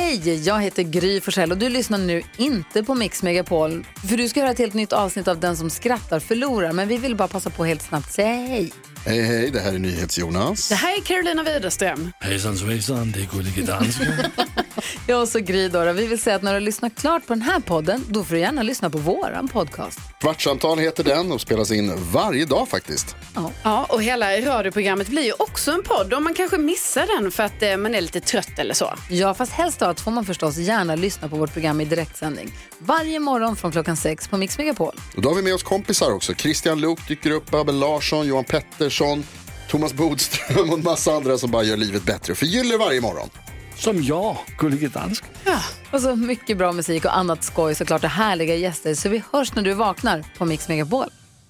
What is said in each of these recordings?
Hej, jag heter Gry Forssell och du lyssnar nu inte på Mix Megapol. För du ska höra ett helt nytt avsnitt av Den som skrattar förlorar. Men vi vill bara passa på helt snabbt säga hej. Hej, hej, det här är NyhetsJonas. Det här är Carolina Widerström. Hejsan svejsan, det är Gullige Dansken. Jag och så Gry då. Vi vill säga att när du har lyssnat klart på den här podden, då får du gärna lyssna på våran podcast. Kvartsamtal heter den och spelas in varje dag faktiskt. Ja, och hela radioprogrammet blir ju också en podd om man kanske missar den för att man är lite trött eller så. Ja, fast helst då får man förstås gärna lyssna på vårt program i direktsändning. Varje morgon från 6:00 på Mix Megapol. Och då har vi med oss kompisar också. Christian Luuk dyker upp, Abel Larsson, Johan Pettersson, Thomas Bodström och en massa andra som bara gör livet bättre och förgyller varje morgon. Som jag, Gullige Dansken. Ja, och så mycket bra musik och annat skoj, såklart, och härliga gäster. Så vi hörs när du vaknar på Mix Megapol.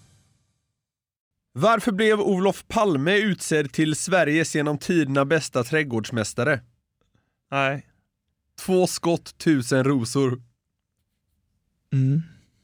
Varför blev Olof Palme utsedd till Sveriges genom tiderna bästa trädgårdsmästare? Nej. 2 skott, 1000 rosor. Mm.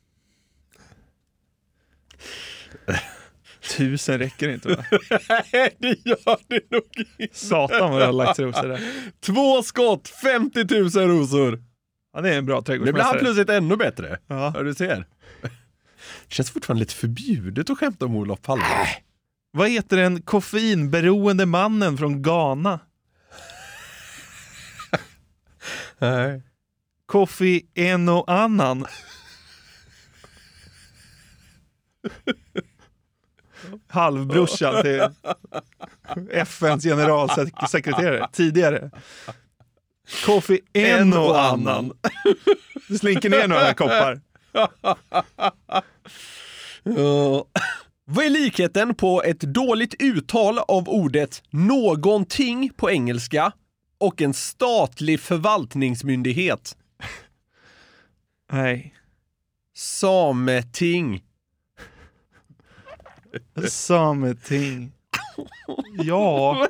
1000 räcker inte, va? Nej, det gör det nog inte. Satan vad det har lagt rosor där. 2 skott, 50 000 rosor. Ja, det är en bra Det blir trädgårdsmästare. han plötsligt ännu bättre. Ja. Ja, du ser. Det känns fortfarande lite förbjudet att skämta om Olof Palme. Vad heter den koffeinberoende mannen från Ghana? Nej. Kofi en och annan. Halvbrorsan till FNs generalsekreterare tidigare. Kofi en och annan. Du slinker ner några koppar. Vad är likheten på ett dåligt uttal av ordet någonting på engelska och en statlig förvaltningsmyndighet? Nej. Sameting. Sameting. Ja.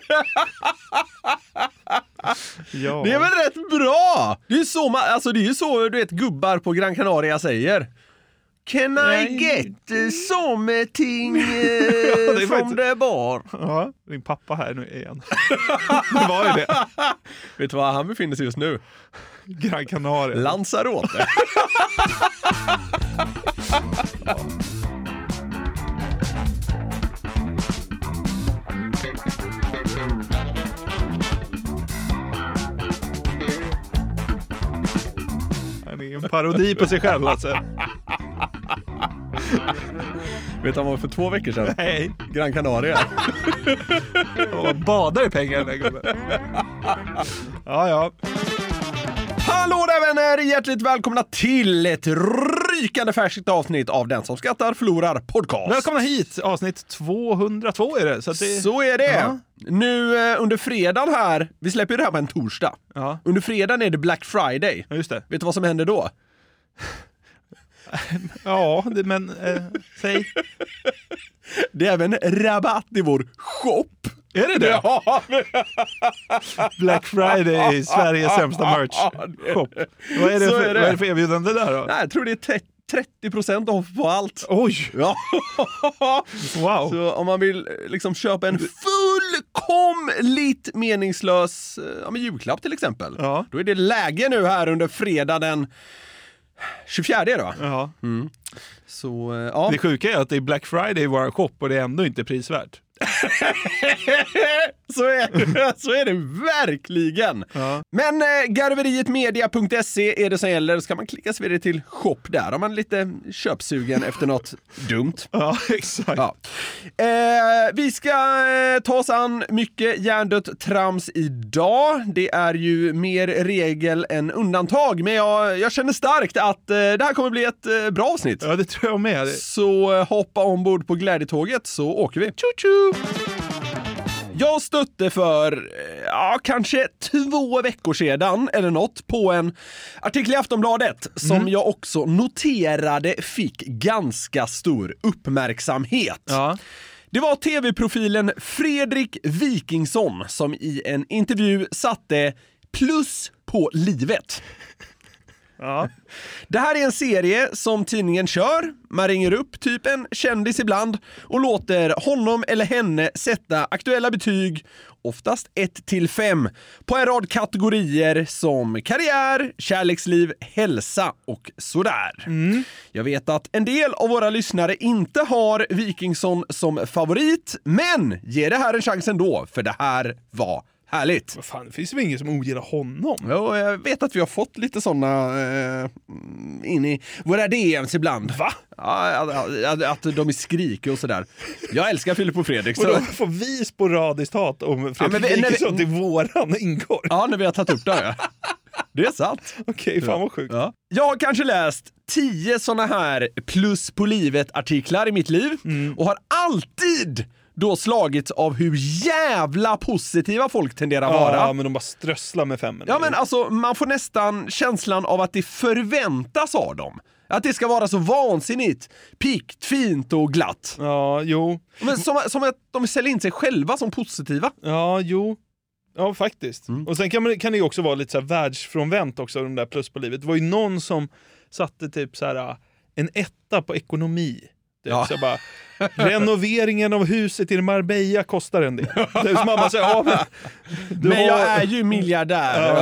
Ja. Det är väl rätt bra. Det är så det är ju så du vet gubbar på Gran Canaria säger. Can I get sameting from the bar? Ja, din pappa här nu igen. Det var ju det. Vet du var han befinner sig just nu? Gran Canaria. Lanzarote. Han är en parodi på sig själv alltså. Vet du vad var för 2 veckor sedan? Nej. Gran Canaria. Och badar i pengar den där gubben. Ja. Hallå där vänner! Hjärtligt välkomna till ett rykande färskt avsnitt av Den som skrattar förlorar podcast. Välkomna hit, avsnitt 202 är det. Så är det. Ja. Nu under fredagen här, vi släpper ju det här på en torsdag. Ja. Under fredagen är det Black Friday. Ja, just det. Vet du vad som händer då? Ja, men säg. Det är även rabatt i vår shop. Är det det? Ja. Black Friday är Sveriges sämsta merch shop. Vad är det för erbjudande där då? Nej, jag tror det är 30% off på allt. Oj! Ja. Wow. Så om man vill liksom köpa en fullkomligt meningslös julklapp till exempel. Ja. Då är det läge nu här under fredag den 24 är det va? Ja. Mm. Så ja. Det sjuka är att det är Black Friday i vår shop och det är ändå inte prisvärt. så är det verkligen. Ja. Men garverietmedia.se är det som gäller. Ska man klicka sig vidare till shop där om man är lite köpsugen efter något dumt. Ja, exakt. Ja. Vi ska ta oss an mycket hjärndött trams idag. Det är ju mer regel än undantag. Men jag känner starkt att det här kommer bli ett bra avsnitt. Ja, det tror jag med. Så hoppa ombord på glädjetåget så åker vi. Tju-tju! Jag stötte för kanske 2 veckor sedan eller något på en artikel i Aftonbladet som jag också noterade fick ganska stor uppmärksamhet. Ja. Det var tv-profilen Fredrik Wikingsson som i en intervju satte plus på livet. Ja. Det här är en serie som tidningen kör. Man ringer upp typ en kändis ibland och låter honom eller henne sätta aktuella betyg, oftast 1-5, på en rad kategorier som karriär, kärleksliv, hälsa och sådär. Jag vet att en del av våra lyssnare inte har Wikingsson som favorit, men ge det här en chans ändå, för det här var härligt. Vad fan, det finns väl ingen som ogillar honom? Ja, jag vet att vi har fått lite sådana in i våra DMs ibland. Va? Ja, att de är skrikiga och sådär. Jag älskar Filip och Fredrik. Och då får vi sporadiskt hat om Fredrik Wikingsson till våran ingår. Ja, när vi har tagit upp det. Ja. Det är sant. Okej, fan vad sjukt. Ja. Jag har kanske läst 10 såna här plus på livet-artiklar i mitt liv och har alltid då slagits av hur jävla positiva folk tenderar att vara. Ja, men de bara strösslar med 5. Ja, men alltså, man får nästan känslan av att det förväntas av dem. Att det ska vara så vansinnigt pikt, fint och glatt. Ja, jo. Men som att de säljer in sig själva som positiva. Ja, jo. Ja, faktiskt. Och sen kan det ju också vara lite så här världsfrånvänt också, de där plus på livet. Det var ju någon som satte typ så här en 1 på ekonomi. Ja. Så bara, renoveringen av huset i Marbella kostar en del. Det är som man bara säger, men jag är ju miljardär.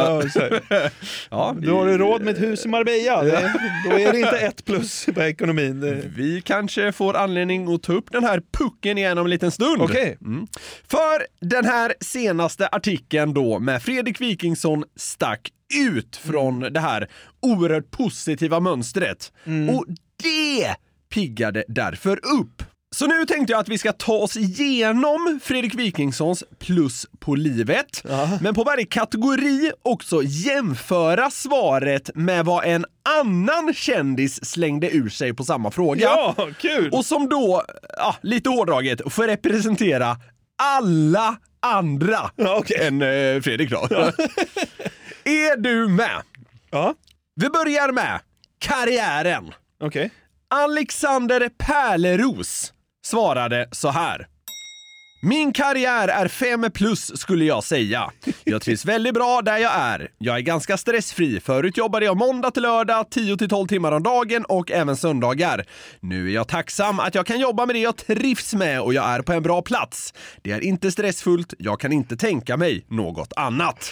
Ja, du har råd med ett hus i Marbella. Då är det inte 1+ på ekonomin. Vi kanske får anledning att ta upp den här pucken igen om en liten stund. Okej. För den här senaste artikeln då med Fredrik Wikingsson stack ut från det här oerhört positiva mönstret. Och det piggade därför upp. Så nu tänkte jag att vi ska ta oss igenom Fredrik Wikingssons plus på livet. Men på varje kategori också jämföra svaret med vad en annan kändis slängde ur sig på samma fråga. Ja, kul! Och som då, lite hårdraget, får representera alla andra än Fredrik då. Ja. Är du med? Ja. Vi börjar med karriären. Okej. Alexander Pärleros svarade så här: min karriär är 5+ skulle jag säga. Jag trivs väldigt bra där jag är. Jag är ganska stressfri. Förut jobbade jag måndag till lördag 10-12 timmar om dagen och även söndagar. Nu är jag tacksam att jag kan jobba med det jag trivs med och jag är på en bra plats. Det är inte stressfullt. Jag kan inte tänka mig något annat.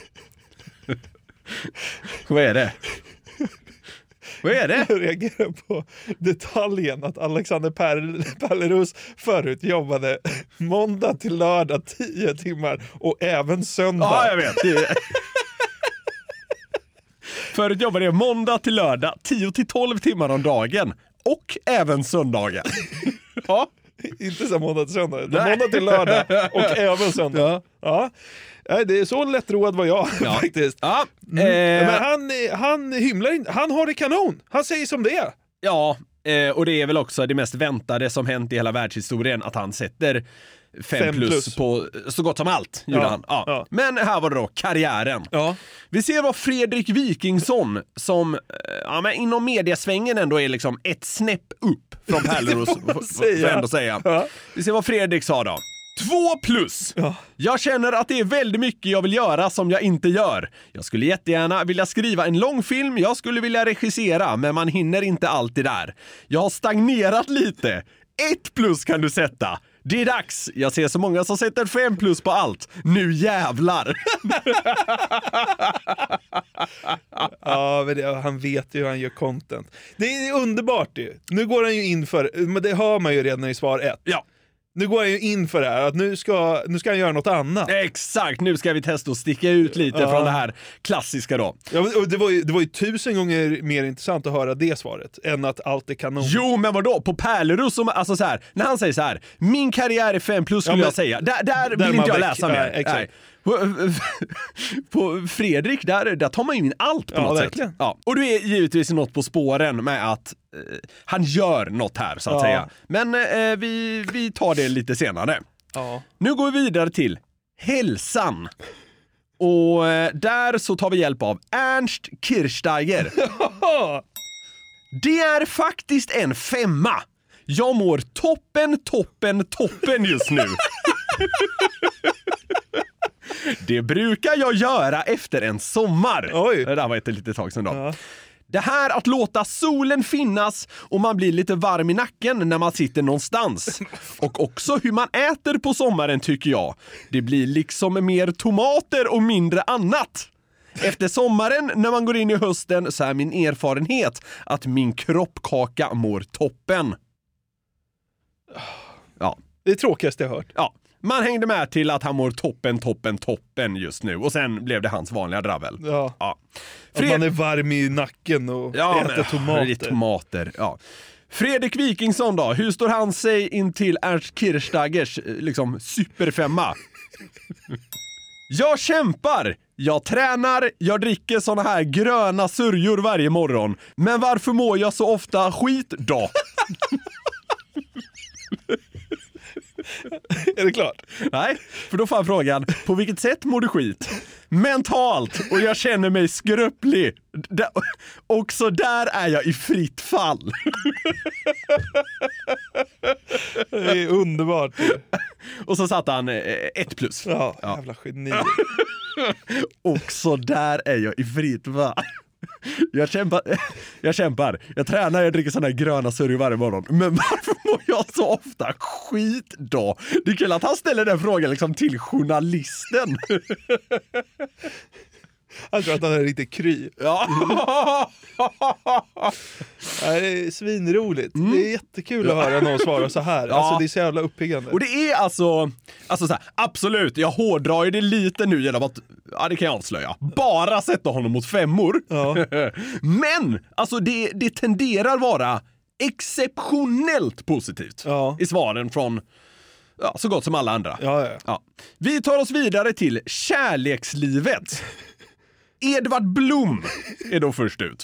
Vad är det? Vad är det? Jag reagerar på detaljen att Alexander Pärleros förut jobbade måndag till lördag 10 timmar och även söndag. Ja, jag vet. Förut jobbade jag måndag till lördag 10-12 timmar om dagen och även söndagar. Ja, inte så måndag till söndag. Måndag till lördag och även söndag. Ja. Det är så lättroad var jag faktiskt. Ja. Men han hymlar inte. Han har det kanon. Han säger som det är. Ja, och det är väl också det mest väntade som hänt i hela världshistorien, att han sätter 5+ på så gott som allt. Han. Ja. Men här var det då karriären. Ja. Vi ser vad Fredrik Wikingsson, som inom mediasvängen ändå är liksom ett snäpp upp från Pärleros, får ändå säga. Ja. Vi ser vad Fredrik sa då. 2+. Ja. Jag känner att det är väldigt mycket jag vill göra som jag inte gör. Jag skulle jättegärna vilja skriva en långfilm, jag skulle vilja regissera, men man hinner inte alltid där. Jag har stagnerat lite. 1+ kan du sätta. Det är dags. Jag ser så många som sätter 5+ på allt. Nu jävlar. Ja, men han vet ju hur han gör content. Det är underbart ju. Nu går han ju in för, men det hör man ju redan i svar 1. Ja. Nu går jag ju in för det här, att nu ska han göra något annat. Exakt, nu ska vi testa att sticka ut lite från det här klassiska då. Ja, och det var ju 1000 gånger mer intressant att höra det svaret än att allt är kanon. Jo, men vadå? På Pärleros, alltså så här, när han säger så här, min karriär är 5+ skulle jag säga. Där vill inte jag läsa mer. Exakt. På Fredrik, där tar man ju in allt på något verkligen. sätt. Ja. Och du är givetvis något på spåren med att han gör något här, så att säga. Men vi tar det lite senare. Ja. Nu går vi vidare till hälsan. Och där så tar vi hjälp av Ernst Kirchsteiger. Det är faktiskt en 5. Jag mår toppen just nu. Det brukar jag göra efter en sommar. Oj. Det där var ett litet tag sedan då. Ja. Det här att låta solen finnas och man blir lite varm i nacken när man sitter någonstans. Och också hur man äter på sommaren tycker jag. Det blir liksom mer tomater och mindre annat. Efter sommaren när man går in i hösten så är min erfarenhet att min kroppkaka mår toppen. Ja. Det är tråkigaste jag hört. Ja. Man hängde med till att han mår toppen just nu. Och sen blev det hans vanliga dravel. Ja. Att man är varm i nacken och äter tomater. Det är tomater, ja. Fredrik Wikingsson då, hur står han sig in till Ernst Kirchstaggers liksom superfemma? Jag kämpar, jag tränar, jag dricker såna här gröna sörjor varje morgon. Men varför mår jag så ofta skit då? Är det klart? Nej, för då får han frågan, på vilket sätt mår du skit? Mentalt, och jag känner mig skröplig. Också där är jag i fritt fall. Det är underbart. Och så satt han 1+. Ja, jävla geni. Också där är jag i fritt fall. Jag kämpar. Jag tränar, jag dricker såna här gröna surr varje morgon. Men varför mår jag så ofta skit då? Det är kul att han ställer den frågan liksom till journalisten. Jag tror att han är lite kry. Ja. Det är svinroligt. Det är jättekul att höra någon svara så här. Alltså det är så jävla uppiggande. Och det är alltså så här, absolut, jag hårdrar ju det lite nu genom att, ja det kan jag avslöja, bara sätta honom mot 5:or. Ja. Men, alltså det tenderar vara exceptionellt positivt i svaren från så gott som alla andra. Ja. Vi tar oss vidare till kärlekslivet. Edvard Blom är då först ut.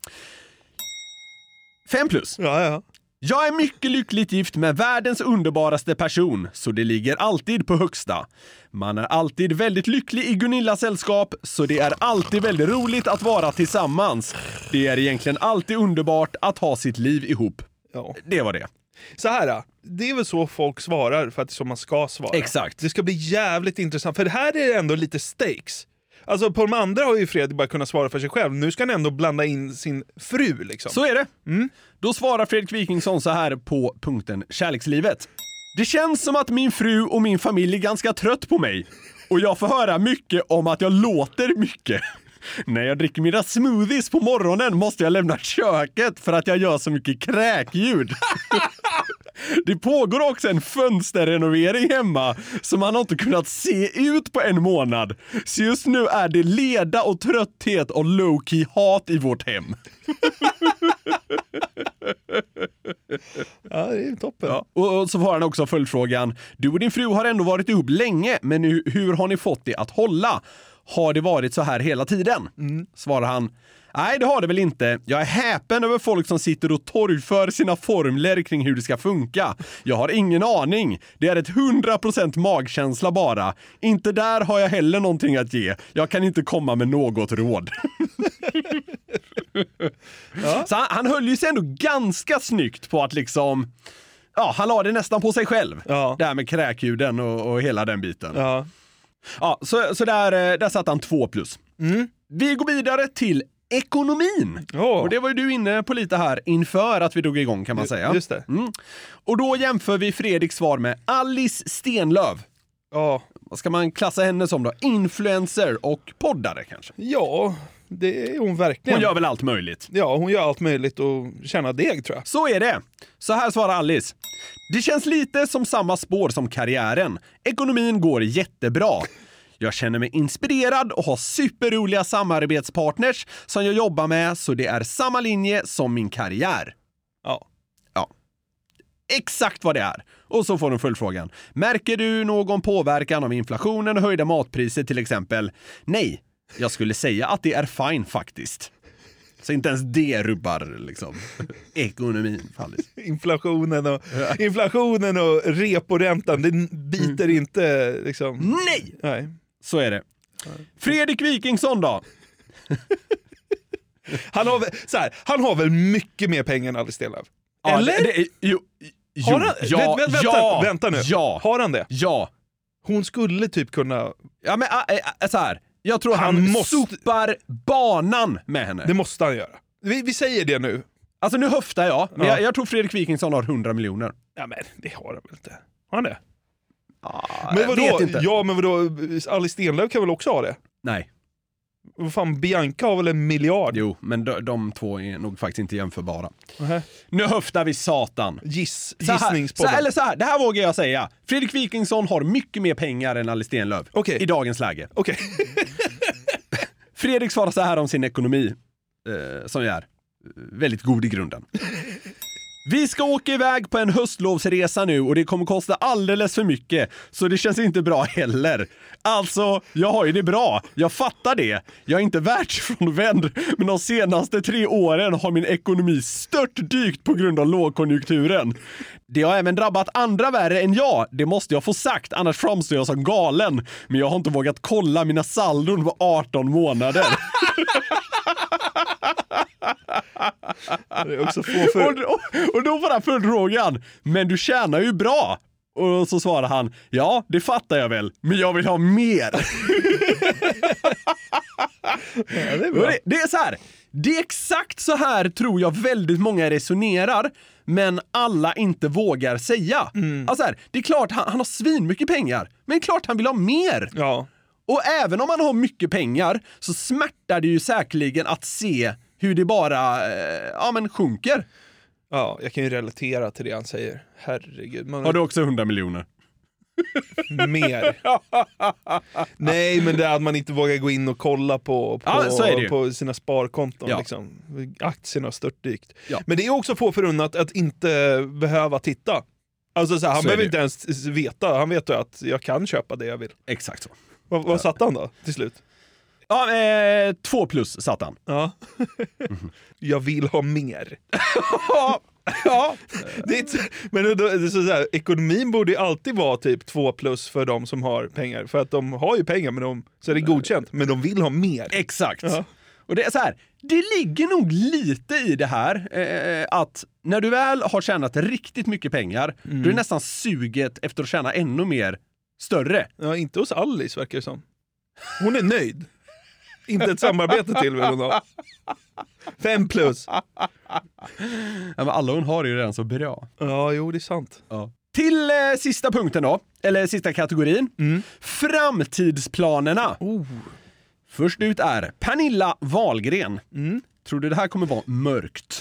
5+. Ja. Jag är mycket lyckligt gift med världens underbaraste person, så det ligger alltid på högsta. Man är alltid väldigt lycklig i Gunillas sällskap, så det är alltid väldigt roligt att vara tillsammans. Det är egentligen alltid underbart att ha sitt liv ihop. Ja. Det var det. Så här, det är väl så folk svarar för att det är så man ska svara. Exakt. Det ska bli jävligt intressant, för det här är ändå lite stakes. Alltså på de andra har ju Fredrik bara kunnat svara för sig själv. Nu ska han ändå blanda in sin fru liksom. Så är det. Då svarar Fredrik Wikingsson så här på punkten kärlekslivet. Det känns som att min fru och min familj är ganska trött på mig. Och jag får höra mycket om att jag låter mycket. När jag dricker mina smoothies på morgonen måste jag lämna köket för att jag gör så mycket kräkljud. Det pågår också en fönsterrenovering hemma som man har inte kunnat se ut på en månad. Så just nu är det leda och trötthet och low-key hat i vårt hem. Ja, det är toppen. Ja. Och så får han också följdfrågan. Du och din fru har ändå varit ihop länge, men hur har ni fått det att hålla? Har det varit så här hela tiden? Svarar han. Nej, det har det väl inte. Jag är häpen över folk som sitter och torgför sina formler kring hur det ska funka. Jag har ingen aning. Det är ett 100% magkänsla bara. Inte där har jag heller någonting att ge. Jag kan inte komma med något råd. Så han höll ju sig ändå ganska snyggt på att liksom... Ja, han la det nästan på sig själv. Ja. Det här med kräkljuden och hela den biten. Ja. Ja, så där satt han 2+. Vi går vidare till ekonomin. Och det var ju du inne på lite här inför att vi drog igång kan man säga. Just det. Och då jämför vi Fredriks svar med Alice Stenlöf. Ja. Vad ska man klassa henne som då? Influencer och poddare kanske? Ja, det är hon verkligen. Hon gör väl allt möjligt? Ja, hon gör allt möjligt och tjänar deg tror jag. Så är det. Så här svarar Alice. Det känns lite som samma spår som karriären. Ekonomin går jättebra. Jag känner mig inspirerad och har superroliga samarbetspartners som jag jobbar med, så det är samma linje som min karriär. Ja. Exakt vad det är. Och så får de följdfrågan. Märker du någon påverkan av inflationen och höjda matpriser till exempel? Nej, jag skulle säga att det är fine faktiskt. Så inte ens det rubbar liksom ekonomin. Inflationen och reporäntan, det biter inte liksom. Nej. Så är det. Fredrik Wikingsson då? Han har väl mycket mer pengar än Alice Stenlöf. Ja, eller? Har han? Vänta nu. Ja. Har han det? Ja. Hon skulle typ kunna... Ja, men så här. Jag tror han sopar banan med henne. Det måste han göra. Vi säger det nu. Alltså nu höftar jag, men jag tror Fredrik Wikingsson har 100 miljoner. Ja, men det har han väl inte. Har han det? Men vadå? vet inte. Ja, men vadå? Alice Stenlöf kan väl också ha det? Nej. Vad fan, Bianca har väl 1 miljard? Jo, men de två är nog faktiskt inte jämförbara. Uh-huh. Nu höftar vi satan. Gissningspodden. Så här, det här vågar jag säga. Fredrik Wikingsson har mycket mer pengar än Alice Stenlöf i dagens läge. Okej. Fredrik svarar så här om sin ekonomi, som är väldigt god i grunden. Vi ska åka iväg på en höstlovsresa nu och det kommer kosta alldeles för mycket, så det känns inte bra heller. Alltså, jag har ju det bra. Jag fattar det. Jag är inte världsfrånvänd, men de senaste 3 åren har min ekonomi störtdykt på grund av lågkonjunkturen. Det har även drabbat andra värre än jag. Det måste jag få sagt, annars framstår jag som galen. Men jag har inte vågat kolla mina saldon på 18 månader. Det är också och då bara följdfrågan, men du tjänar ju bra. Och så svarar han, ja det fattar jag väl, men jag vill ha mer. Ja, det är bra. Det är så här, det är exakt så här tror jag väldigt många resonerar, men alla inte vågar säga. Alltså här, det är klart han har svin mycket pengar, men klart han vill ha mer. Ja. Och även om man har mycket pengar så smärtar det ju säkerligen att se hur det bara sjunker. Ja, jag kan ju relatera till det han säger. Herregud. Har du också 100 miljoner? Mer. Nej, men det är att man inte vågar gå in och kolla på sina sparkonton. Ja. Liksom. Aktierna har störtdykt. Ja. Men det är också få förunnat att inte behöva titta. Alltså, han behöver inte ens veta. Han vet ju att jag kan köpa det jag vill. Exakt så. Vad satt han då till slut? Ja, 2+ satt han. Ja. Jag vill ha mer. Ja. Men det är så här, ekonomin borde ju alltid vara typ 2+ för de som har pengar. För att de har ju pengar, men så är det godkänt. Men de vill ha mer. Exakt. Ja. Och det är så här, det ligger nog lite i det här att när du väl har tjänat riktigt mycket pengar, då är nästan suget efter att tjäna ännu mer större. Ja, inte hos Alice verkar det som. Hon är nöjd. Inte ett samarbete till vill hon ha. 5+. Ja, men alla hon har är ju redan så bra. Ja, jo, det är sant. Ja. Till sista punkten då, eller sista kategorin. Framtidsplanerna. Först ut är Pernilla Wahlgren. Tror du det här kommer vara mörkt?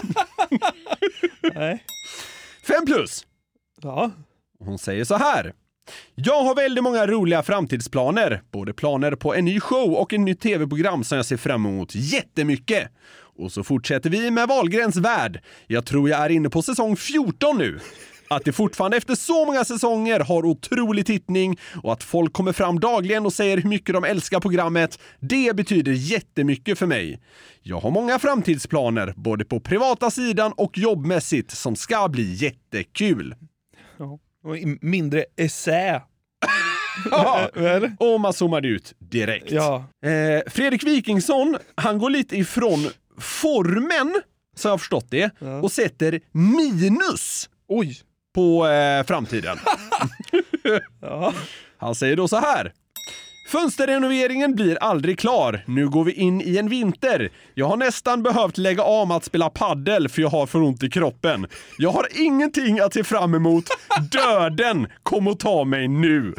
Nej. 5+. Ja. Hon säger så här. Jag har väldigt många roliga framtidsplaner. Både planer på en ny show och en ny tv-program som jag ser fram emot jättemycket. Och så fortsätter vi med Wahlgrens värld. Jag tror jag är inne på säsong 14 nu. Att det fortfarande efter så många säsonger har otrolig tittning och att folk kommer fram dagligen och säger hur mycket de älskar programmet, det betyder jättemycket för mig. Jag har många framtidsplaner, både på privata sidan och jobbmässigt, som ska bli jättekul. Ja. Och mindre essä. Ja, och man zoomade ut direkt. Ja. Fredrik Wikingsson, han går lite ifrån formen, så jag har förstått det, och sätter minus på framtiden. Ja. Han säger då så här. Fönsterrenoveringen blir aldrig klar. Nu går vi in i en vinter. Jag har nästan behövt lägga av med att spela paddel för jag har för ont i kroppen. Jag har ingenting att se fram emot. Döden kommer att ta mig nu.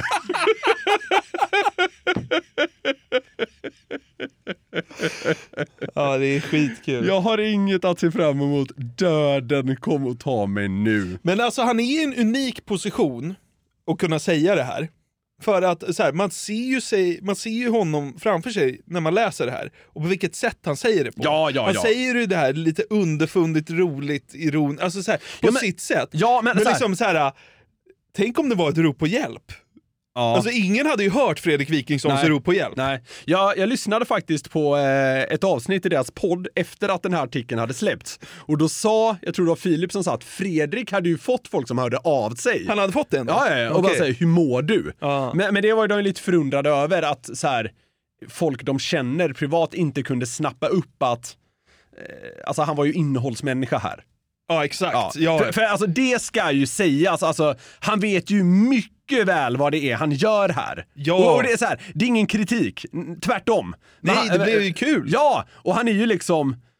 Ja, det är skitkul. Jag har inget att se fram emot. Döden kommer att ta mig nu. Men alltså han är i en unik position att kunna säga det här. För att så här, man ser ju honom framför sig när man läser det här. Och på vilket sätt han säger det på. Han säger ju det här lite underfundigt, roligt, ironiskt. Alltså så här, på sitt sätt. Ja, men så här, liksom så här, tänk om det var ett rop på hjälp. Ja. Alltså ingen hade ju hört Fredrik Wikingssons rop på hjälp. Nej, jag lyssnade faktiskt på ett avsnitt i deras podd efter att den här artikeln hade släppts. Och då sa, jag tror det var Filip som sa att Fredrik hade ju fått folk som hörde av sig. Han hade fått den? Ja, och bara säger, hur mår du? Men det var ju de lite förundrade över att så här, folk de känner privat inte kunde snappa upp att alltså han var ju innehållsmänniska här. Ja, exakt. För alltså det ska ju sägas, alltså han vet ju mycket väl vad det är han gör här. Ja. Och det är så här, det är ingen kritik, tvärtom. Nej, det blev ju kul. Ja, och han är ju liksom,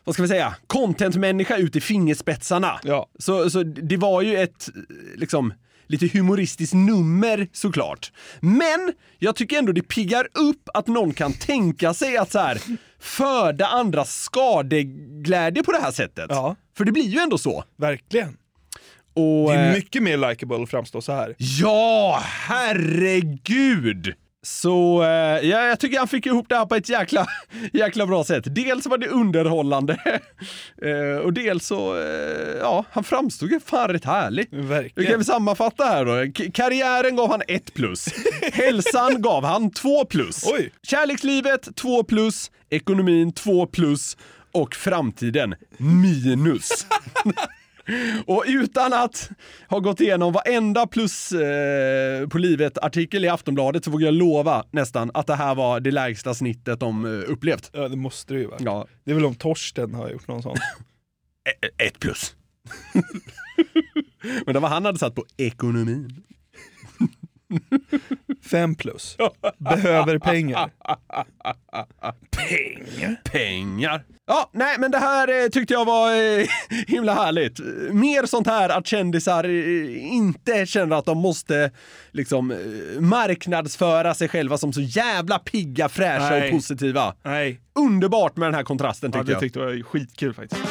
vad ska vi säga, contentmänniska ut i fingerspetsarna. Ja. Så det var ju ett liksom lite humoristiskt nummer såklart. Men jag tycker ändå det piggar upp att någon kan tänka sig att så här föda andras skadeglädje på det här sättet. Ja. För det blir ju ändå så. Verkligen. Och, det är mycket mer likeable att framstå så här. Ja, herregud! Så jag tycker han fick ihop det här på ett jäkla bra sätt. Dels var det underhållande och dels så, han framstod ju fan rätt härlig. Verkligen. Nu kan vi sammanfatta här då. Karriären gav han 1+. Hälsan gav han 2+. Oj. Kärlekslivet 2+. Ekonomin 2+. Och framtiden -. Och utan att ha gått igenom varenda plus på livet-artikel i Aftonbladet så vågar jag lova nästan att det här var det lägsta snittet de upplevt. Ja, det måste det ju vara. Ja. Det är väl om Torsten har gjort någon sån. 1+. Men det var han hade satt på ekonomin. 5+. Behöver pengar. Pengar. Ja, nej, men det här tyckte jag var himla härligt. Mer sånt här att kändisar inte känner att de måste liksom marknadsföra sig själva som så jävla pigga, fräscha och positiva. Nej. Underbart med den här kontrasten tyckte jag. Ja, det tyckte jag var skitkul faktiskt.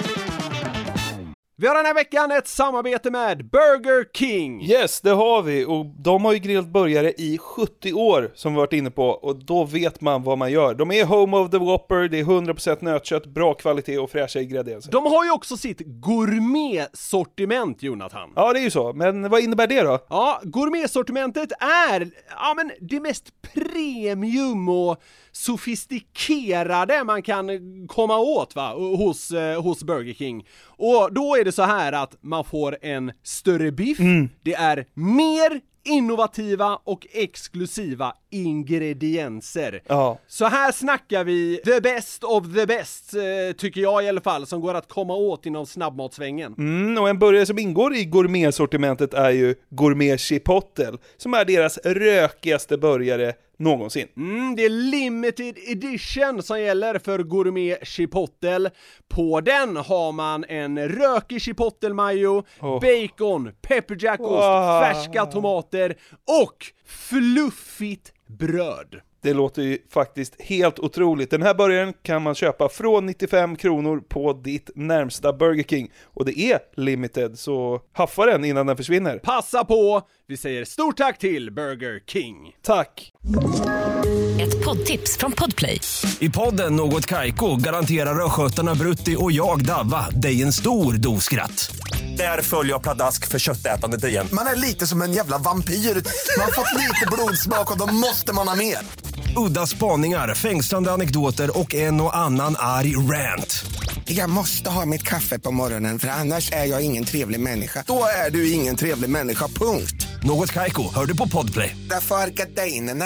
Vi har den här veckan ett samarbete med Burger King. Yes, det har vi. Och de har ju grillat burgare i 70 år som vi varit inne på. Och då vet man vad man gör. De är home of the Whopper, det är 100% nötkött, bra kvalitet och fräscha ingredienser. De har ju också sitt gourmetsortiment, Jonathan. Ja, det är ju så. Men vad innebär det då? Ja, gourmetsortimentet är det mest premium och sofistikerade man kan komma åt hos Burger King. Och då är det så här att man får en större biff. Det är mer innovativa och exklusiva ingredienser. Ja. Så här snackar vi the best of the best, tycker jag i alla fall, som går att komma åt inom snabbmatsvängen. Och en burgare som ingår i gourmetsortimentet är ju Gourmet Chipotle, som är deras rökigaste burgare någonsin. Det är limited edition som gäller för Gourmet Chipotle. På den har man en rökig chipotle mayo, bacon, pepperjackost, färska tomater och fluffigt bröd. Det låter ju faktiskt helt otroligt. Den här burgaren kan man köpa från 95 kronor på ditt närmsta Burger King. Och det är limited, så haffa den innan den försvinner. Passa på! Vi säger stort tack till Burger King. Tack! Ett poddtips från Podplay. I podden Något Kaiko garanterar röskötarna Brutti och jag Davva dig en stor doskratt. Där följer jag pladask för köttätandet igen. Man är lite som en jävla vampyr. Man har fått lite blodsmak och då måste man ha mer. Udda spaningar, fängslande anekdoter och en och annan arg rant. Jag måste ha mitt kaffe på morgonen för annars är jag ingen trevlig människa. Då är du ingen trevlig människa, punkt. Något Kaiko, hör du på Podplay. Därför är gardinerna.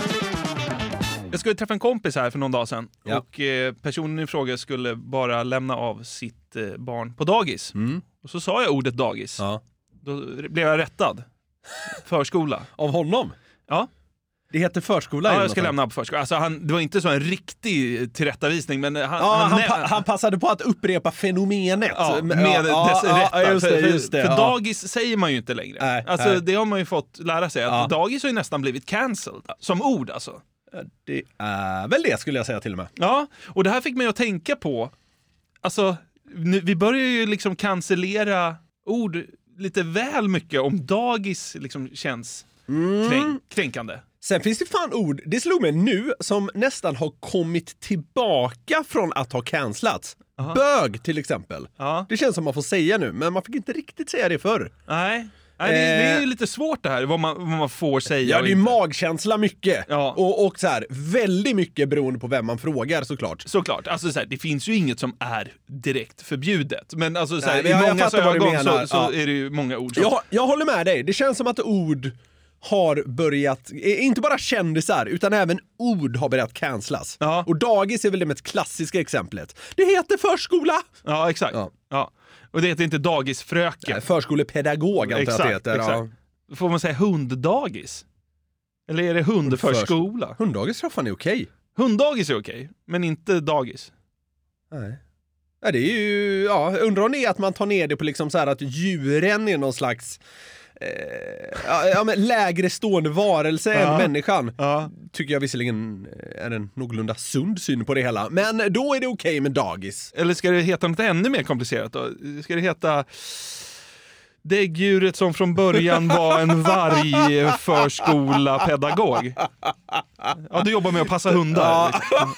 Jag skulle träffa en kompis här för någon dag sedan. Ja. Och personen i fråga skulle bara lämna av sitt barn på dagis. Och så sa jag ordet dagis. Ja. Då blev jag rättad. Förskola. Av honom? Ja. Det heter förskola. Ja, jag ska lämna på förskola. Alltså det var inte så en riktig tillrättavisning, men han passade på att upprepa fenomenet. Ja, med dess rätta. Just det. För dagis säger man ju inte längre. Nej, alltså det har man ju fått lära sig. Att dagis har ju nästan blivit cancelled. Som ord alltså. Det är väl det, skulle jag säga till och med. Ja, och det här fick mig att tänka på, alltså vi börjar ju liksom cancellera ord lite väl mycket om dagis liksom känns kränkande. Sen finns det fan ord, det slog mig nu, som nästan har kommit tillbaka från att ha cancelats. Bög till exempel. Ja. Det känns som man får säga nu, men man fick inte riktigt säga det förr. Nej, det är ju lite svårt det här, vad man får säga. Ja, det är magkänsla mycket. Ja. Och så här, väldigt mycket beroende på vem man frågar såklart. Såklart, alltså så här, det finns ju inget som är direkt förbjudet. Men alltså så här, nej, i många ögon så är det ju många ord som... Jag håller med dig, det känns som att ord har börjat, inte bara kändisar utan även ord har börjat cancelas. Ja. Och dagis är väl det mest klassiska exemplet. Det heter förskola. Ja, exakt. Ja. Och det heter inte dagisfröken. Nej, förskolepedagog antar jag att det heter. Exakt. Ja. Får man säga hunddagis? Eller är det hunddagis Hunddagis tror jag fan är okej. Hunddagis är okej, men inte dagis. Nej. Ja, det är ju, undrar om det är att man tar ner det på liksom så här att djuren är någon slags men lägre stående varelse än människan. Tycker jag visserligen är en någorlunda sund syn på det hela. Men då är det okej med dagis. Eller ska det heta något ännu mer komplicerat då? Ska det heta däggdjuret som från början var en vargförskola-pedagog? Ja, du jobbar med att passa hundar.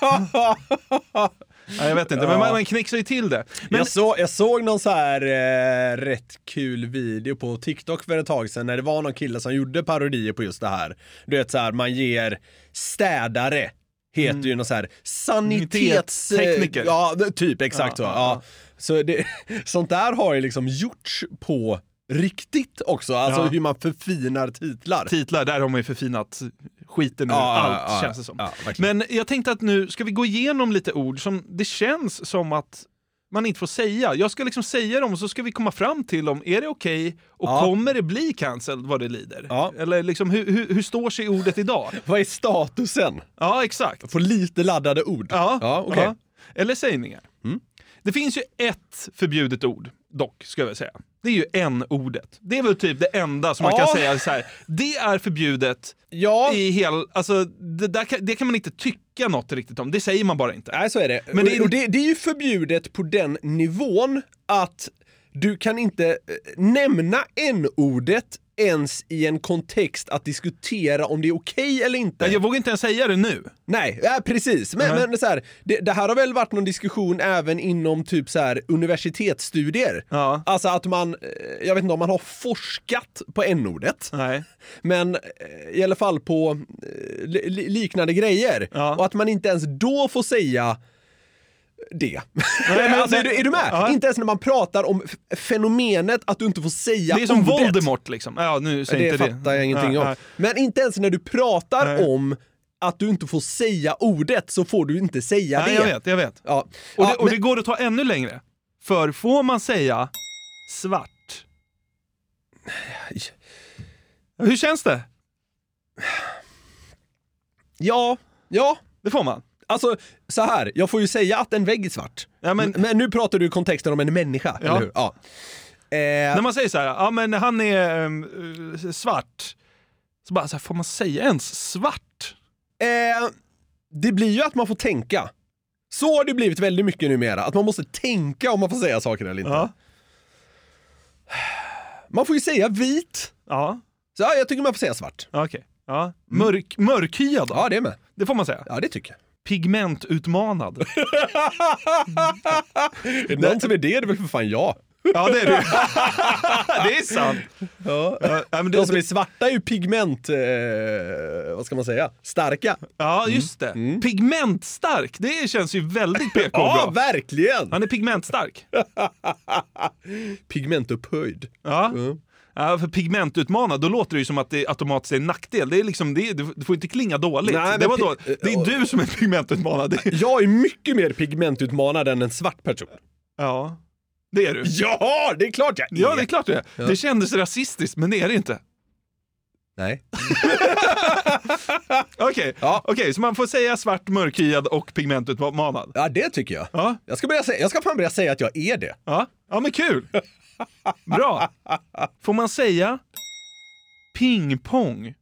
Ja, jag vet inte, men man knixar ju till det. Men Jag såg någon så här rätt kul video på TikTok för ett tag sedan när det var någon kille som gjorde parodier på just det här. Du vet så här, man ger städare, heter ju någon så här sanitetstekniker. Ja, typ exakt så. Ja. Så sånt där har ju liksom gjorts på riktigt också, alltså hur man förfinar titlar. Där har man ju förfinat skiten ur allt, känns det som. Men jag tänkte att nu ska vi gå igenom lite ord som det känns som att man inte får säga. Jag ska liksom säga dem och så ska vi komma fram till om är det okej och kommer det bli cancelled vad det lider? Eller liksom hur står sig ordet idag? Vad är statusen? Ja, exakt. Få lite laddade ord. Okay. Eller sägningar. Det finns ju ett förbjudet ord dock, ska jag säga. Det är ju n-ordet. Det är väl typ det enda som man kan säga så här. Det är förbjudet i alltså det kan man inte tycka något riktigt om. Det säger man bara inte. Nej, så är det. Men det är ju förbjudet på den nivån att du kan inte nämna n-ordet ens i en kontext att diskutera om det är okej eller inte. Jag vågar inte ens säga det nu. Nej, precis. Men så här, det här har väl varit någon diskussion även inom typ så här universitetsstudier. Alltså att man, jag vet inte om man har forskat på n-ordet. Nej. Men i alla fall på liknande grejer. Och att man inte ens då får säga det. Nej, alltså, är du med? Inte ens när man pratar om fenomenet att du inte får säga det är som ordet. Voldemort liksom. Nu säger det fattar jag ingenting om. Men inte ens när du pratar om att du inte får säga ordet så får du inte säga det. Jag vet. Ja. Och det går att ta ännu längre. För får man säga svart? Hur känns det? Ja. Det får man. Alltså, så här, jag får ju säga att en vägg är svart. Men nu pratar du i kontexten om en människa, eller hur? Ja. När man säger så här, men han är svart. Så bara så här, får man säga ens svart? Det blir ju att man får tänka. Så har det blivit väldigt mycket numera. Att man måste tänka om man får säga saker eller inte. Man får ju säga vit. Så jag tycker man får säga svart. Okej. Mörkhyad då? Ja, det är med. Det får man säga. Ja, det tycker jag. Pigmentutmanad. Är det någon som är det är väl för fan jag. Ja, det är det. Det är sant. Men de som är svarta är ju pigment, vad ska man säga? Starka. Ja, just det. Pigmentstark, det känns ju väldigt PK bra. Ja, verkligen. Han är pigmentstark. Pigmentupphöjd. Ja, för pigmentutmanad, då låter det ju som att det automatiskt är en nackdel. Det är liksom, du får inte klinga dåligt. Nej, det är du som är pigmentutmanad. Jag är mycket mer pigmentutmanad än en svart person. Ja, det är du. Ja, det är klart jag är. Ja, det är klart det är. Ja. Det kändes rasistiskt, men det är det inte. Nej. Okej, så man får säga svart, mörkhyad och pigmentutmanad. Ja, det tycker jag. Ja. Jag ska fan börja säga att jag är det. Ja, men kul. Bra. Får man säga pingpong?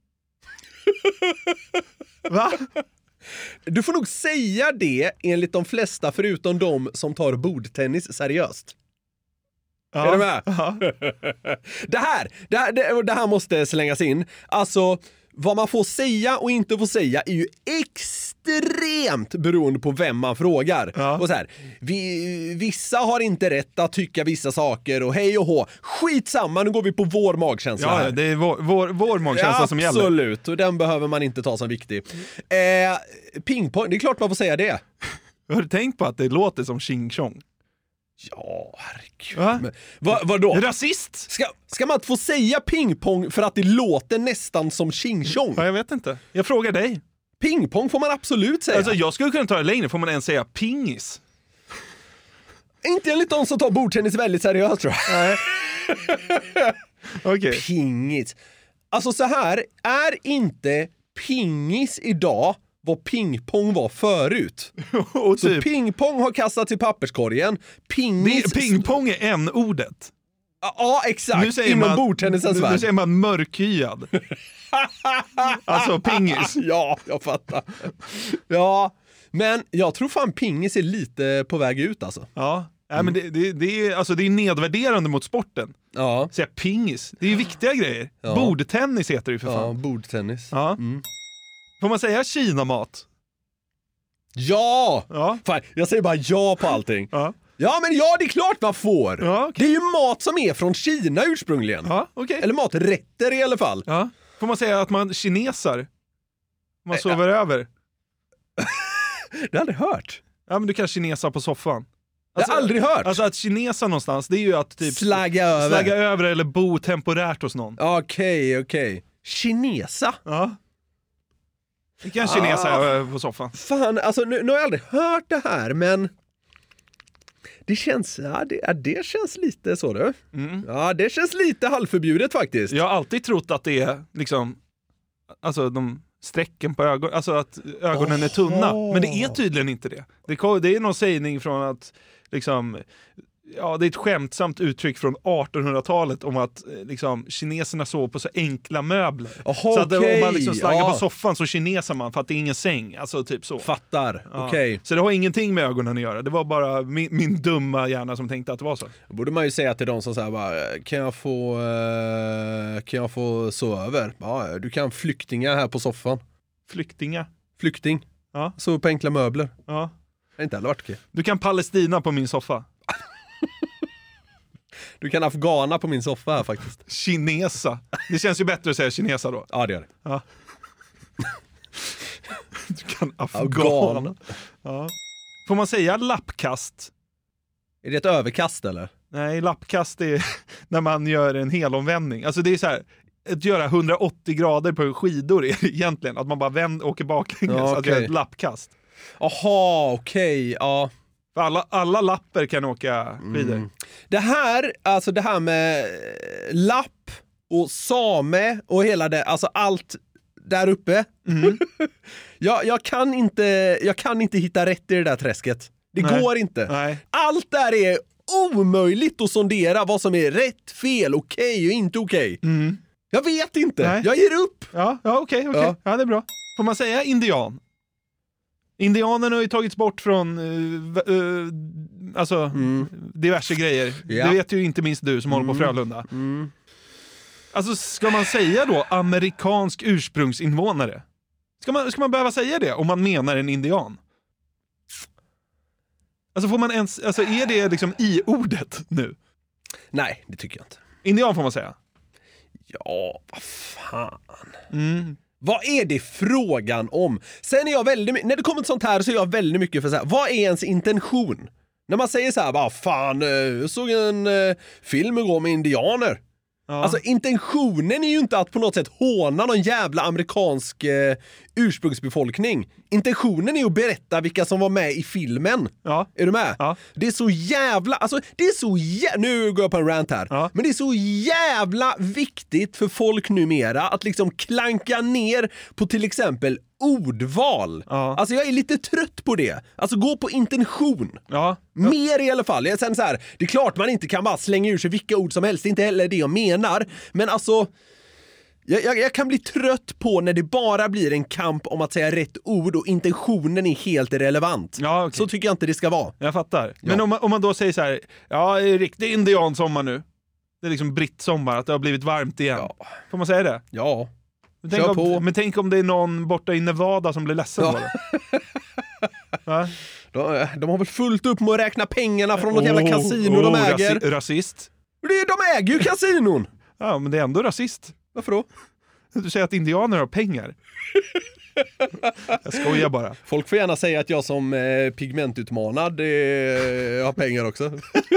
Va? Du får nog säga det enligt de flesta förutom de som tar bordtennis seriöst. Är du med? Det här måste slängas in. Alltså, vad man får säga och inte får säga är ju extremt beroende på vem man frågar. Och så här, vissa har inte rätt att tycka vissa saker och hej och hå. Skitsamma, nu går vi på vår magkänsla här. Ja, det är vår magkänsla som gäller. Absolut, och den behöver man inte ta som viktig. Pingpong, det är klart man får säga det. Har du tänkt på att det låter som Ching Chong? Ja, herregud. Vadå? Rasist? Ska man inte få säga pingpong för att det låter nästan som Ching Chong? Ja, jag vet inte. Jag frågar dig. Pingpong får man absolut säga. Alltså, jag skulle kunna ta det längre. Får man ens säga pingis? Inte enligt de som tar bordtennis väldigt seriöst, tror jag. Nej. Okay. Pingis. Alltså så här, är inte pingis idag vad pingpong var förut. Och Så typ, pingpong har kastats i papperskorgen. pingpong är n-ordet. Ja, exakt. Nu säger inom man, bordtennisens värld. Nu säger man mörkhyad. Alltså pingis. Ja, jag fattar. Ja, men jag tror fan pingis är lite på väg ut alltså. Ja, men det är nedvärderande mot sporten. Ja. Säga pingis, det är ju viktiga grejer. Ja. Bordtennis heter det ju för fan. Ja, bordtennis. Ja. Får man säga Kina-mat? Ja! Ja. Fan, jag säger bara ja på allting. Ja. Ja, men ja, det är klart man får. Ja, okay. Det är ju mat som är från Kina ursprungligen. Ja, okay. Eller maträtter i alla fall. Ja. Får man säga att man kinesar? Man sover över? Det har jag aldrig hört. Ja, men du kan kinesa på soffan. Jag har aldrig hört. Alltså att kinesa någonstans, det är ju att typ slagga över eller bo temporärt hos någon. Okej. Kinesa? Ja. Vi kan kinesa på soffan. Fan, alltså nu har jag aldrig hört det här, men det känns, det känns lite så du. Ja, det känns lite halvförbjudet faktiskt. Jag har alltid trott att det är liksom, alltså de strecken på ögonen, alltså att ögonen är tunna. Men det är tydligen inte det. Det är någon sägning från att liksom, ja, det är ett skämtsamt uttryck från 1800-talet om att liksom kineserna sov på så enkla möbler. Så att om man liksom slaggar på soffan så kinesar man för att det är ingen säng, alltså typ så. Fattar, ja. Okej. Så det har ingenting med ögonen att göra. Det var bara min dumma hjärna som tänkte att det var så. Då borde man ju säga till dem som säger bara, kan jag få sova över? Ja, du kan flyktinga här på soffan. Flykting. Ja. Så på enkla möbler. Ja. Det är inte heller varit okej. Du kan Palestina på min soffa. Du kan afghana på min soffa här faktiskt. Kinesa. Det känns ju bättre att säga kinesa då. Ja, det gör det. Ja. Du kan afghana. Ja. Får man säga lappkast? Är det ett överkast eller? Nej, lappkast är när man gör en helomvändning. Alltså det är så här, att göra 180 grader på skidor är det egentligen. Att man bara åker baklänges. Ja, att göra ett lappkast. Aha, okej. Ja. För alla lapper kan åka skidor. Det här med lapp och same och hela det, alltså allt där uppe. Jag kan inte hitta rätt i det där träsket. Det går inte. Nej. Allt där är omöjligt att sondera vad som är rätt, fel, okej och inte okej. Jag vet inte. Nej. Jag ger upp. Ja, okej. Ja. Ja, det är bra. Får man säga indian? Indianerna har ju tagits bort från diverse grejer. Ja. Det vet ju inte minst du som håller på Frölunda. Alltså ska man säga då amerikansk ursprungsinvånare? Ska man behöva säga det om man menar en indian? Alltså får man ens, alltså är det liksom i ordet nu? Nej, det tycker jag inte. Indian får man säga. Ja, vad fan. Vad är det frågan om? Sen är jag när det kommer till sånt här så är jag väldigt mycket för så här, vad är ens intention? När man säger så här, bara fan, jag såg en film igår med indianer. Ja. Alltså intentionen är ju inte att på något sätt håna någon jävla amerikansk ursprungsbefolkning. Intentionen är ju att berätta vilka som var med i filmen. Ja. Är du med? Ja. Det är så jävla, alltså det är så nu går jag på en rant här. Ja. Men det är så jävla viktigt för folk numera att liksom klanka ner på till exempel ordval. Ja. Alltså jag är lite trött på det. Alltså gå på intention. Ja. Mer i alla fall. Sen så här, det är klart man inte kan bara slänga ur sig vilka ord som helst. Det är inte heller det jag menar. Men alltså jag kan bli trött på när det bara blir en kamp om att säga rätt ord och intentionen är helt irrelevant. Ja, okay. Så tycker jag inte det ska vara. Jag fattar. Ja. Men om man då säger så här, ja, riktig indiansommar nu. Det är liksom brittsommar, att det har blivit varmt igen. Ja. Får man säga det? Ja. Men tänk om det är någon borta i Nevada som blir ledsen då. Va? De har väl fullt upp med att räkna pengarna från något jävla kasino de äger. Rasist. De äger ju kasinon. Ja, men det är ändå rasist. Varför då? Du säger att indianer har pengar. Jag skojar bara. Folk får gärna säga att jag som pigmentutmanad har pengar också.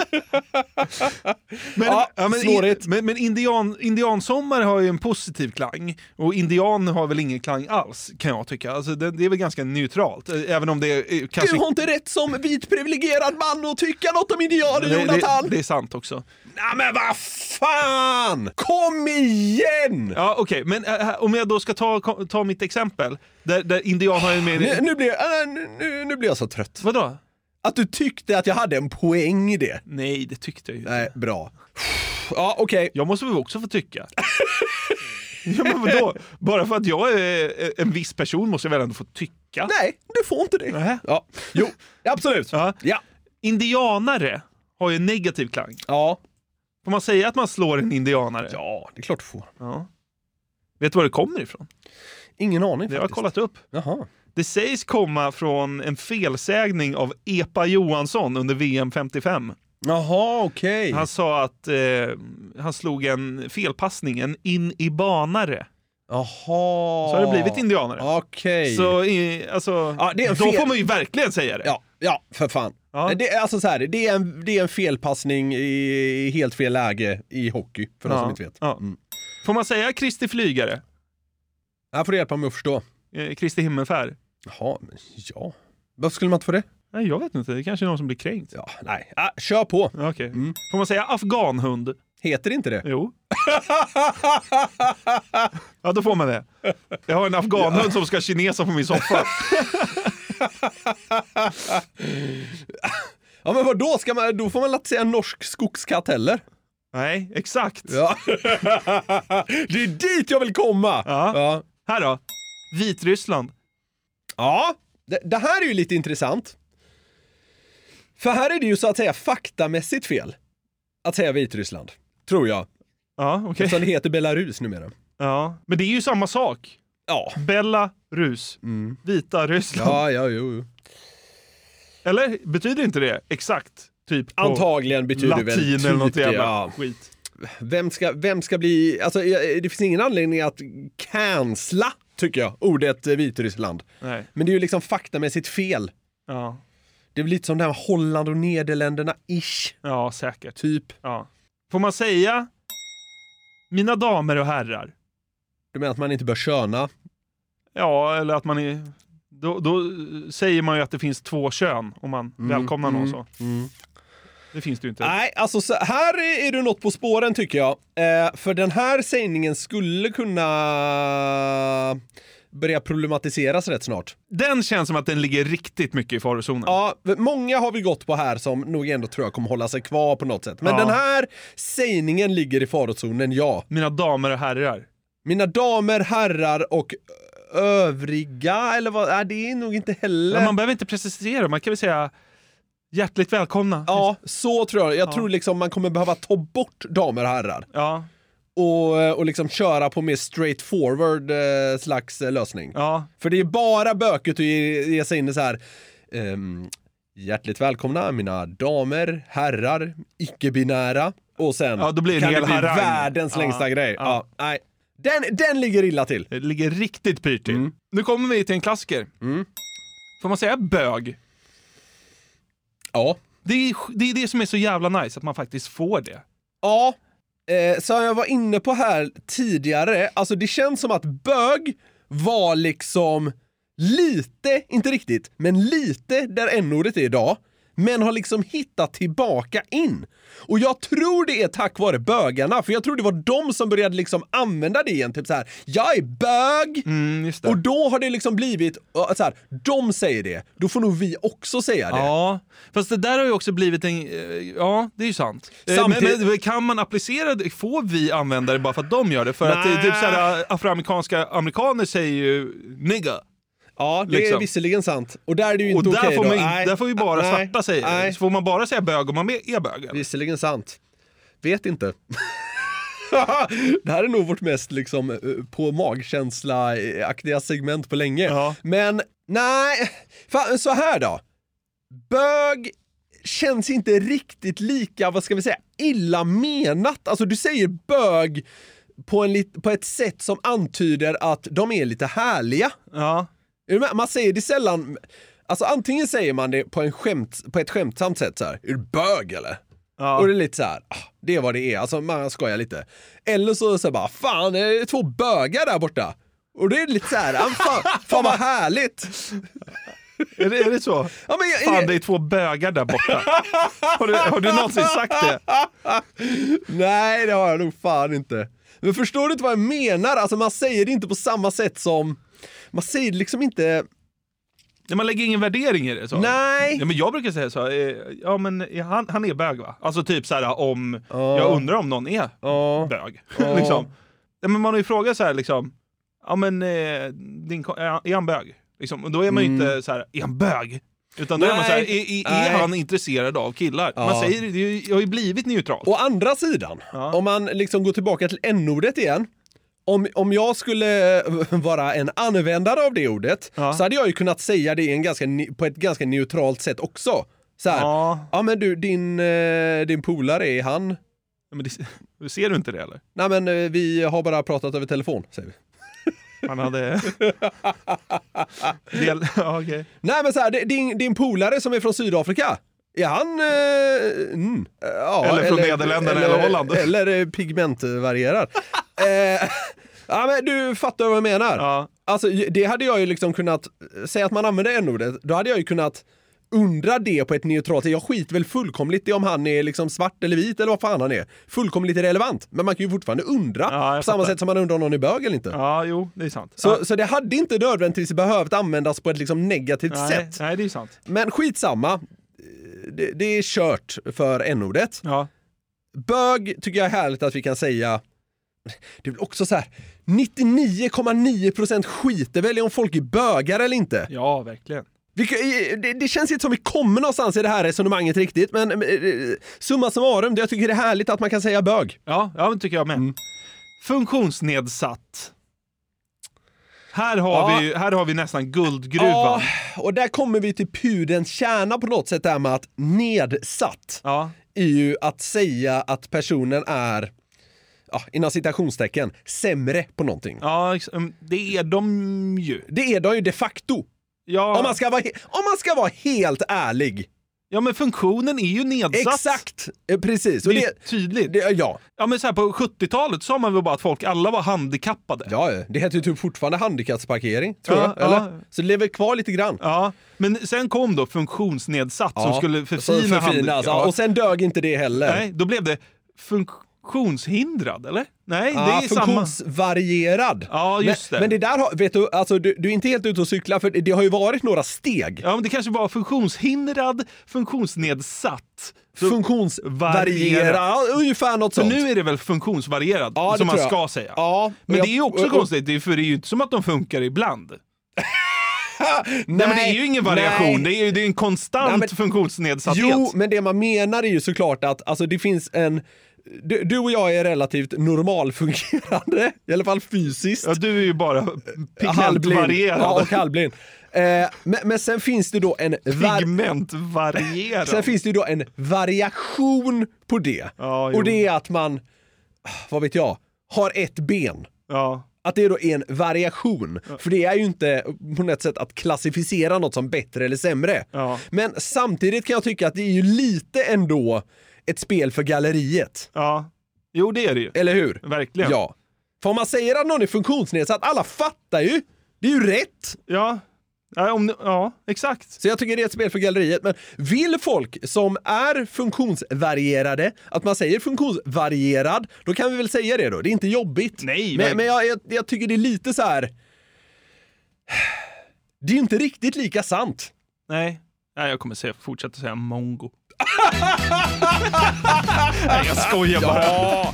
Men indiansommar har ju en positiv klang. Och indian har väl ingen klang alls, kan jag tycka. Alltså, det är väl ganska neutralt. Även om det är kanske... Du har inte rätt som vit privilegierad man att tycka något om indianer, Jonathan. Det är sant också. Nej men vad fan! Kom igen! Ja, okej. Men om jag då ska ta mitt exempel. Där indianer är med... Nu blir jag så trött. Vadå? Att du tyckte att jag hade en poäng i det. Nej, det tyckte jag ju inte. Nej, bra. Ja, okej. Jag måste väl också få tycka. Ja, men vadå? Bara för att jag är en viss person måste jag väl ändå få tycka? Nej, du får inte det. Nähä. Ja. Jo, absolut. Ja. Indianare har ju en negativ klang. Ja. Får man säga att man slår en indianare? Ja, det är klart du får. Ja. Vet du var det kommer ifrån? Ingen aning faktiskt. Det har jag kollat upp. Jaha. Det sägs komma från en felsägning av Epa Johansson under VM 55. Jaha, okej. Han sa att han slog en felpassning, en in i banare. Jaha. Så har det blivit indianare. Okej. Så alltså, det är en då får man ju verkligen säga det. Ja, för fan. Ja. Det är alltså så här, det är en felpassning i helt fel läge i hockey, för de som inte vet. Ja. Får man säga Kristi flygare? Här får du hjälpa mig att förstå. Kristi himmelfärd. Jaha, men ja. Varför skulle man inte få det? Nej, jag vet inte. Det är kanske är någon som blir kränkt. Ja, nej. Kör på. Okej. Får man säga afghanhund? Heter inte det? Jo. Ja, då får man det. Jag har en afghanhund som ska kinesa på min soffa. Ja, men vadå? Då får man lätt säga norsk skogskatt heller. Nej, exakt. Ja. Det är dit jag vill komma. Ja. Här då. Vitryssland. Ja, det här är ju lite intressant. För här är det ju så att säga faktamässigt fel att säga Vitryssland, tror jag. Ja, okej. Eftersom det heter Belarus numera. Ja, men det är ju samma sak. Ja. Belarus. Vita Ryssland. Ja, jo. Eller betyder inte det exakt? Typ antagligen betyder latin väl typ eller något jävla skit. Vem ska bli... Alltså, det finns ingen anledning att cancella, tycker jag, ordet Vitryssland. Nej. Men det är ju liksom faktamässigt fel. Ja. Det är väl lite som det här Holland och Nederländerna-ish. Ja, säkert. Typ. Ja. Får man säga mina damer och herrar? Du menar att man inte bör köna? Ja, eller att man är... Då säger man ju att det finns 2 kön om man välkomnar någon så. Det finns det ju inte. Nej, alltså så här är du något på spåren tycker jag. För den här sägningen skulle kunna börja problematiseras rätt snart. Den känns som att den ligger riktigt mycket i farozonen. Ja, många har vi gått på här som nog ändå tror jag kommer hålla sig kvar på något sätt. Men den här sägningen ligger i farozonen, ja. Mina damer och herrar. Mina damer, herrar och övriga, eller vad? Nej, det är nog inte heller. Men man behöver inte precisera, man kan väl säga hjärtligt välkomna. Ja, så tror jag. Jag tror liksom man kommer behöva ta bort damer och herrar. Ja. Och liksom köra på mer straightforward slags lösning. Ja. För det är bara böket att ge sig in i så här... hjärtligt välkomna mina damer, herrar, icke-binära. Och sen då blir kan det det bli harang. världens längsta grej. Ja, nej. Den ligger illa till. Det ligger riktigt pyrt till. Nu kommer vi till en klassiker. Får man säga bög? Ja. Det är det som är så jävla nice, att man faktiskt får det. Ja. Så jag var inne på här tidigare. Alltså det känns som att bög var liksom lite, inte riktigt, men lite där n-ordet är idag. Men har liksom hittat tillbaka in. Och jag tror det är tack vare bögarna. För jag tror det var de som började liksom använda det igen. Typ så här, jag är bög. Just det. Och då har det liksom blivit så här, de säger det. Då får nog vi också säga det. Ja, fast det där har ju också blivit en... Ja, det är ju sant. Men kan man applicera det? Får vi använda det bara för att de gör det? För att typ så här, afroamerikanska amerikaner säger ju nigga. Ja, det är visserligen sant. Och där är det ju inte okej då. Där får vi bara svarta säga. Så får man bara säga bög om man är bög. Visserligen sant. Vet inte. Det här är nog vårt mest liksom på magkänsla-aktiga segment på länge. Ja. Men nej, fan, så här då. Bög känns inte riktigt lika, vad ska vi säga, illa menat. Alltså du säger bög på ett sätt som antyder att de är lite härliga. Ja. Man säger det sällan. Alltså antingen säger man det på ett skämtsamt sätt så här. Är du bög eller? Ja. Och det är lite så här, det är vad det är. Alltså man skojar lite. Eller så bara, fan, är det 2 bögar där borta? Och det är lite så här, fan vad härligt. Är det så? Ja, men Fan, det är 2 bögar där borta. Har du någonsin sagt det? Nej, det har jag nog fan inte. Men förstår du inte vad jag menar? Alltså man säger det inte på samma sätt som... Man säger det liksom inte... Ja, man lägger ingen värdering i det så. Nej. Ja, men jag brukar säga så. Ja, men han är bög, va? Alltså typ så här om... Jag undrar om någon är bög. Liksom. Ja, men man har ju frågat så här liksom... Ja, men är han bög? Liksom. Och då är man ju inte så här, är han bög? Utan då är man så här, är han intresserad av killar? Man säger det har ju blivit neutralt. Å andra sidan, om man liksom går tillbaka till n-ordet igen. Om jag skulle vara en användare av det ordet så hade jag ju kunnat säga det på ett ganska neutralt sätt också. Så här, ja men du, din polare är han. Ja, men ser du inte det eller? Nej, men vi har bara pratat över telefon, säger vi. Han hade... okay. Nej, men så här, din polare som är från Sydafrika, är han... eller från Nederländerna eller Holland. Eller pigmentvarierad. Ja, men du fattar vad jag menar. Ja. Alltså, det hade jag ju liksom kunnat... Säga att man använder n-ordet, då hade jag ju kunnat undra det på ett neutralt sätt. Jag skiter väl fullkomligt i om han är liksom svart eller vit eller vad fan han är. Fullkomligt irrelevant. Men man kan ju fortfarande undra på samma sätt som man undrar om någon är bög eller inte. Ja, jo, det är sant. Så det hade inte nödvändigtvis behövt användas på ett liksom negativt sätt. Nej, det är sant. Men skitsamma. Det är kört för n-ordet. Ja. Bög tycker jag är härligt att vi kan säga. Det är väl också så här 99,9% skiter väl i om folk är bögar eller inte. Ja, verkligen. Det känns inte som vi kommer någonstans i det här resonemanget riktigt, men summa summarum, jag tycker det är härligt att man kan säga bög. Ja, det tycker jag med. Funktionsnedsatt. Här har vi nästan guldgruvan. Ja, och där kommer vi till pudelns kärna på något sätt, där med att nedsatt är ju att säga att personen är, inom citationstecken, sämre på någonting. Ja, det är de ju. Det är de ju de facto. Ja. Om man ska vara helt ärlig. Ja, men funktionen är ju nedsatt. Exakt, precis. Det är tydligt. Ja, men så här på 70-talet sa man väl bara att folk alla var handikappade. Ja, det heter ju typ fortfarande handikappsparkering, tror jag. Eller? Ja. Så det lever kvar lite grann. Ja, men sen kom då funktionsnedsatt som skulle förfina handikapp. Och sen dög inte det heller. Nej, då blev det funktionshindrad, eller? Nej, det är funktionsvarierad. Ja, just det. Men det där vet du, alltså du är inte helt ute och cykla, för det har ju varit några steg. Ja, men det kanske var funktionshindrad, funktionsnedsatt, funktionsvarierad, ungefär något sånt. Så nu är det väl funktionsvarierad som man ska säga. Ja, men det är ju också konstigt, för det är ju inte som att de funkar ibland. Nej, men det är ju ingen variation. Det är en konstant funktionsnedsatthet. Jo, men det man menar är ju såklart att alltså, det finns en... Du och jag är relativt normalfungerande, i alla fall fysiskt. Ja, du är ju bara pigmentvarierad. Ja, och halvblind. Men sen finns det då en... Pigmentvarierad. Sen finns det då en variation på det. Ja, och det är att man, vad vet jag, har ett ben. Ja. Att det är då en variation. För det är ju inte på något sätt att klassificera något som bättre eller sämre. Ja. Men samtidigt kan jag tycka att det är ju lite ändå ett spel för galleriet. Ja, jo det är det ju. Eller hur? Verkligen. Ja. För om man säger att någon är funktionsnedsatt, alla fattar ju. Det är ju rätt. Ja. Ja, exakt. Så jag tycker det är ett spel för galleriet. Men vill folk som är funktionsvarierade att man säger funktionsvarierad, då kan vi väl säga det då. Det är inte jobbigt. Nej, men jag tycker det är lite så här. Det är ju inte riktigt lika sant. Nej, jag kommer fortsätta säga mongo. Nej, jag skojar bara. Ja.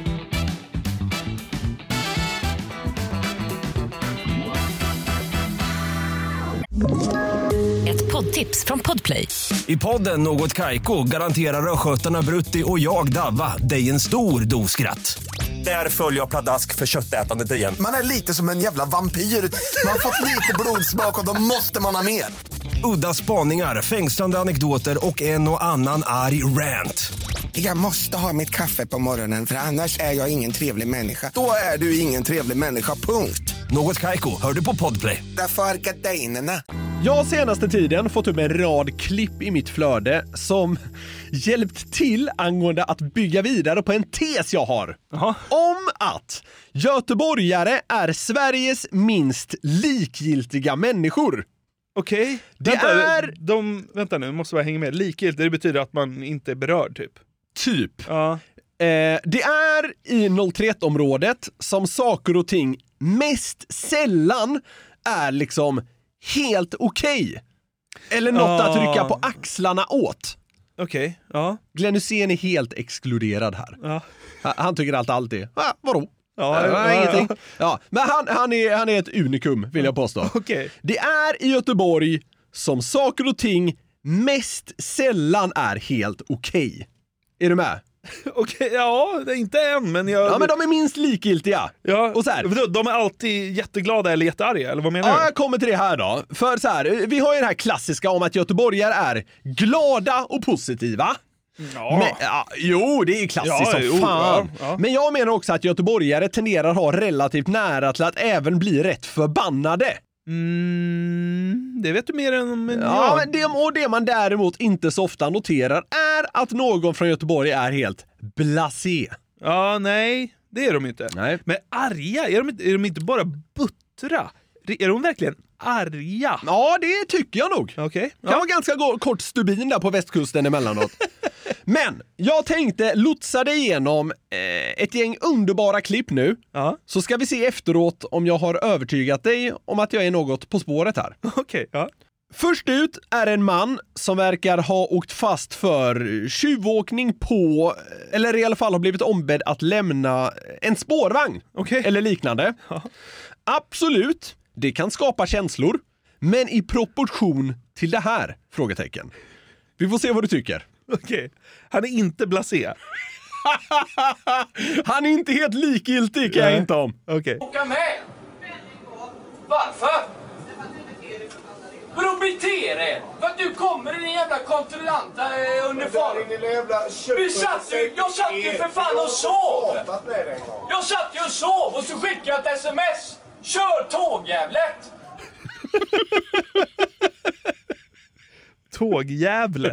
Ett poddtips från Podplay. I podden Något Kaiko garanterar röskötarna Brutti och jag Davva dig en stor doskratt. Där följer jag pladask för köttätandet igen. Man är lite som en jävla vampyr. Man har fått lite blodsmak och då måste man ha mer. Udda spaningar, fängslande anekdoter och en och annan arg rant. Jag måste ha mitt kaffe på morgonen, för annars är jag ingen trevlig människa. Då är du ingen trevlig människa, punkt. Något Kaiko, hör du på Podplay. Därför är gardinerna. Jag har senaste tiden fått upp en rad klipp i mitt flöde som hjälpt till angående att bygga vidare på en tes jag har. Aha. Om att göteborgare är Sveriges minst likgiltiga människor. Okej. Vänta nu, måste bara hänga med. Likgiltigt, det betyder att man inte är berörd typ. Ja. Det är i 031-området som saker och ting mest sällan är liksom helt okej. Eller något att rycka på axlarna åt. Okej, ja. Glenn Hysén är helt exkluderad här. Ja. Han tycker allt är, vadå? Ingenting. Ja, men han är ett unikum, vill jag påstå. Okay. Det är i Göteborg som saker och ting mest sällan är helt okej. Är du med? Okej, ja, det är inte än, men Ja, men de är minst likgiltiga. Ja, och så här, de är alltid jätteglada eller jättearga, eller vad menar du? Ja, jag kommer till det här då. För så här, vi har ju det här klassiska om att göteborgare är glada och positiva. Ja. Men, jo, det är klassiskt som fan. Ja. Men jag menar också att göteborgare tenderar att ha relativt nära till att även bli rätt förbannade. Det vet du mer än men det man däremot inte så ofta noterar är att någon från Göteborg är helt blasé. Ja, nej, det är de inte. Nej. Men arga, är de inte bara buttra? Är de verkligen arga? Ja, det tycker jag nog. Okej. Kan vara ganska kort stubin där på västkusten emellanåt. Men jag tänkte lotsa dig igenom ett gäng underbara klipp nu. Ja. Så ska vi se efteråt om jag har övertygat dig om att jag är något på spåret här. Okej, ja. Först ut är en man som verkar ha åkt fast för tjuvåkning på, eller i alla fall har blivit ombedd att lämna en spårvagn. Okej. Eller liknande. Ja. Absolut, det kan skapa känslor. Men i proportion till det här? Frågetecken. Vi får se vad du tycker. Okej. Han är inte blasé. Han är inte helt likgiltig, kan jag inte om. Okej. Åka med! Varför? Vadå bete er? För att du kommer i din jävla kontrollanta uniform. Jag satt ju för fan och sov. Jag satt ju och sov och så skickade jag ett sms. Kör tågjävlet! Tågjävlet.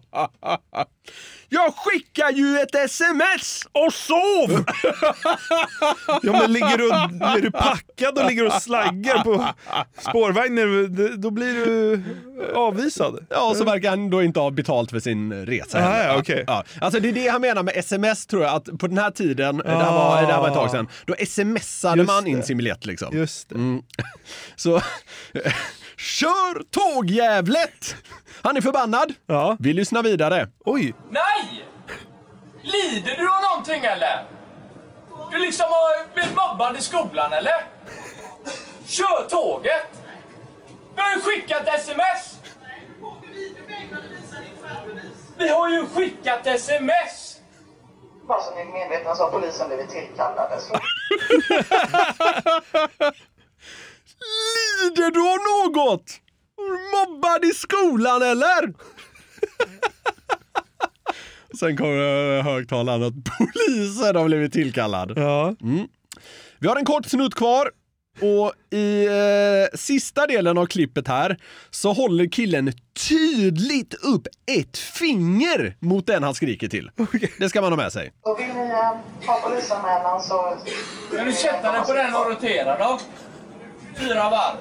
Jag skickar ju ett sms och sov! Ja, men är du packad och ligger och slaggar på spårvagnen, då blir du avvisad. Ja, så verkar han då inte ha betalt för sin resa. Ja, okej. Ja. Alltså det är det han menar med sms, tror jag, att på den här tiden, det här var ett tag sedan, då smsade man in sin biljett liksom. Just det. Så kör tågjävlet! Han är förbannad. Ja. Vi lyssnar vidare. Oj. Nej! Lider du av någonting eller? Du liksom har blivit mobbad i skolan eller? Kör tåget! Vi har ju skickat sms! Vi har ju skickat sms! Bara så ni är medvetna så har polisen blivit tillkallade. Lider du av något? Mobbad i skolan eller? Sen kommer högtalaren att polisen har blivit tillkallad. Ja. Vi har en kort snutt kvar. Och i sista delen av klippet här så håller killen tydligt upp ett finger mot den han skriker till. Okay. Det ska man ha med sig. Och vill ni ha polisanmälan så... Kan du sätta dig på den och rotera då? 4 varv.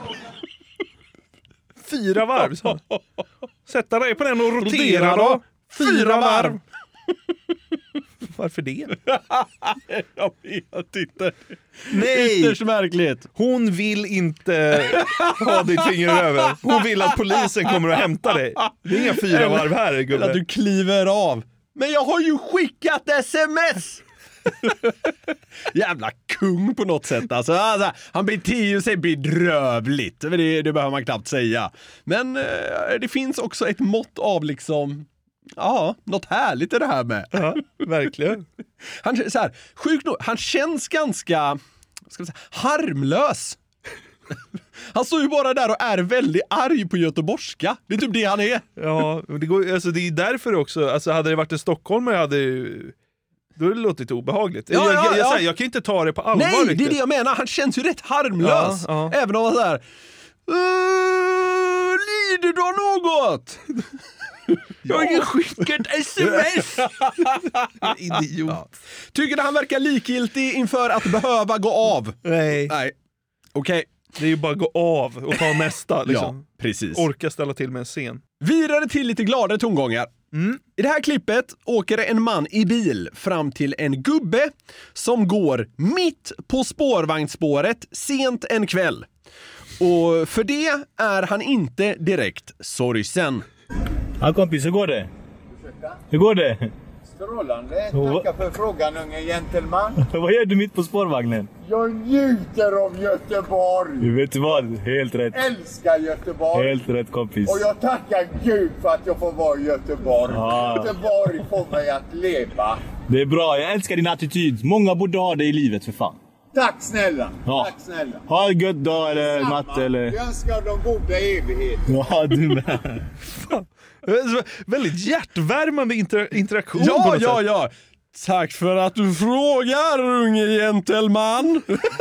4 varv, så. Sätta dig på den och rotera då. 4 varv. Varför det? Jag vet inte. Nej! Ytterst märkligt. Hon vill inte ha ditt finger över. Hon vill att polisen kommer och hämtar dig. Det är inga 4 varv här, gubbe. Eller att du kliver av. Men jag har ju skickat sms! Jävla kung på något sätt alltså, han beter sig bedrövligt. Det behöver man knappt säga. Men det finns också ett mått av liksom, något härligt i det här med. Ja, verkligen. Han, så här, sjukt nog, han känns ganska, ska vi säga, harmlös. Han står ju bara där och är väldigt arg på göteborgska. Det är typ det han är. Ja, det går, alltså det är därför också, alltså hade det varit en stockholmare då hade det låtit obehagligt. Jag kan inte ta det på allvar. Nej, riktigt. det är det jag menar. Han känns ju rätt harmlös. Ja. Även om han så här, lider du av något? Jag har ju skickat sms. Idiot. Ja. Tycker du han verkar likgiltig inför att behöva gå av? Nej. Okej. Det är ju bara att gå av och ta nästa. Liksom. Ja, precis. Orka ställa till med en scen. Virade till lite gladare tongångar. I det här klippet åker en man i bil fram till en gubbe som går mitt på spårvagnsspåret sent en kväll. Och för det är han inte direkt sorgsen. Ja, kompis, hur går det? Hur går det? Strålande. Tackar för frågan, unge gentleman. Vad gör du mitt på spårvagnen? Jag njuter av Göteborg. Du vet vad? Helt rätt. Älskar Göteborg. Helt rätt, kompis. Och jag tackar Gud för att jag får vara i Göteborg. Göteborg får mig att leva. Det är bra, jag älskar din attityd. Många borde ha det i livet för fan. Tack snälla. Ja. Tack snälla. Ha en gött dag eller natt eller... Jag önskar de goda evighet. Ja, du med. Väldigt hjärtvärmande interaktion. Ja. Tack för att du frågar, unge gentleman.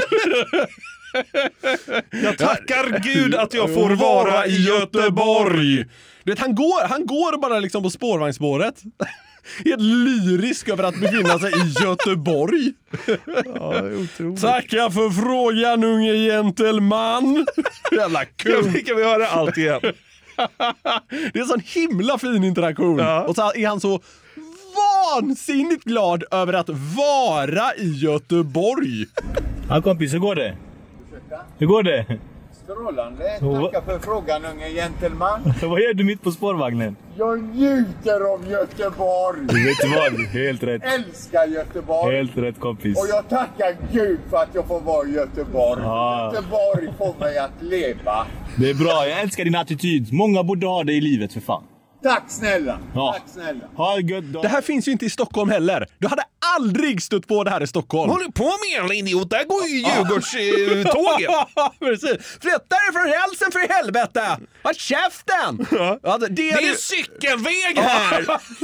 Jag tackar Gud att jag får vara i Göteborg. Du vet, han går bara liksom på spårvagnsspåret. Helt lyrisk över att befinna sig i Göteborg. Ja, det är otroligt. Tackar för frågan, unge gentleman. Jävla kung. Kan vi höra allt igen? Det är en sån himla fin interaktion. Ja. Och så är han så vansinnigt glad över att vara i Göteborg. Ja, kompis, hur går det? Hur går det? Strålande. Tackar för frågan, unge gentleman. Vad gör du mitt på spårvagnen? Jag njuter av Göteborg. Du vet vad? Helt rätt. Älskar Göteborg. Helt rätt, kompis. Och jag tackar Gud för att jag får vara i Göteborg. Göteborg får mig att leva. Det är bra, jag älskar din attityd. Många borde ha det i livet för fan. Tack snälla. Ja. Tack snälla. Ha en gött dag. Det här finns ju inte i Stockholm heller. Du hade aldrig stött på det här i Stockholm. Håller på med en idiot, där går ju Djurgårdståget. Precis. Flytta dig från rälsen för helvete. Vad käften. Ja, det är cykelväg här.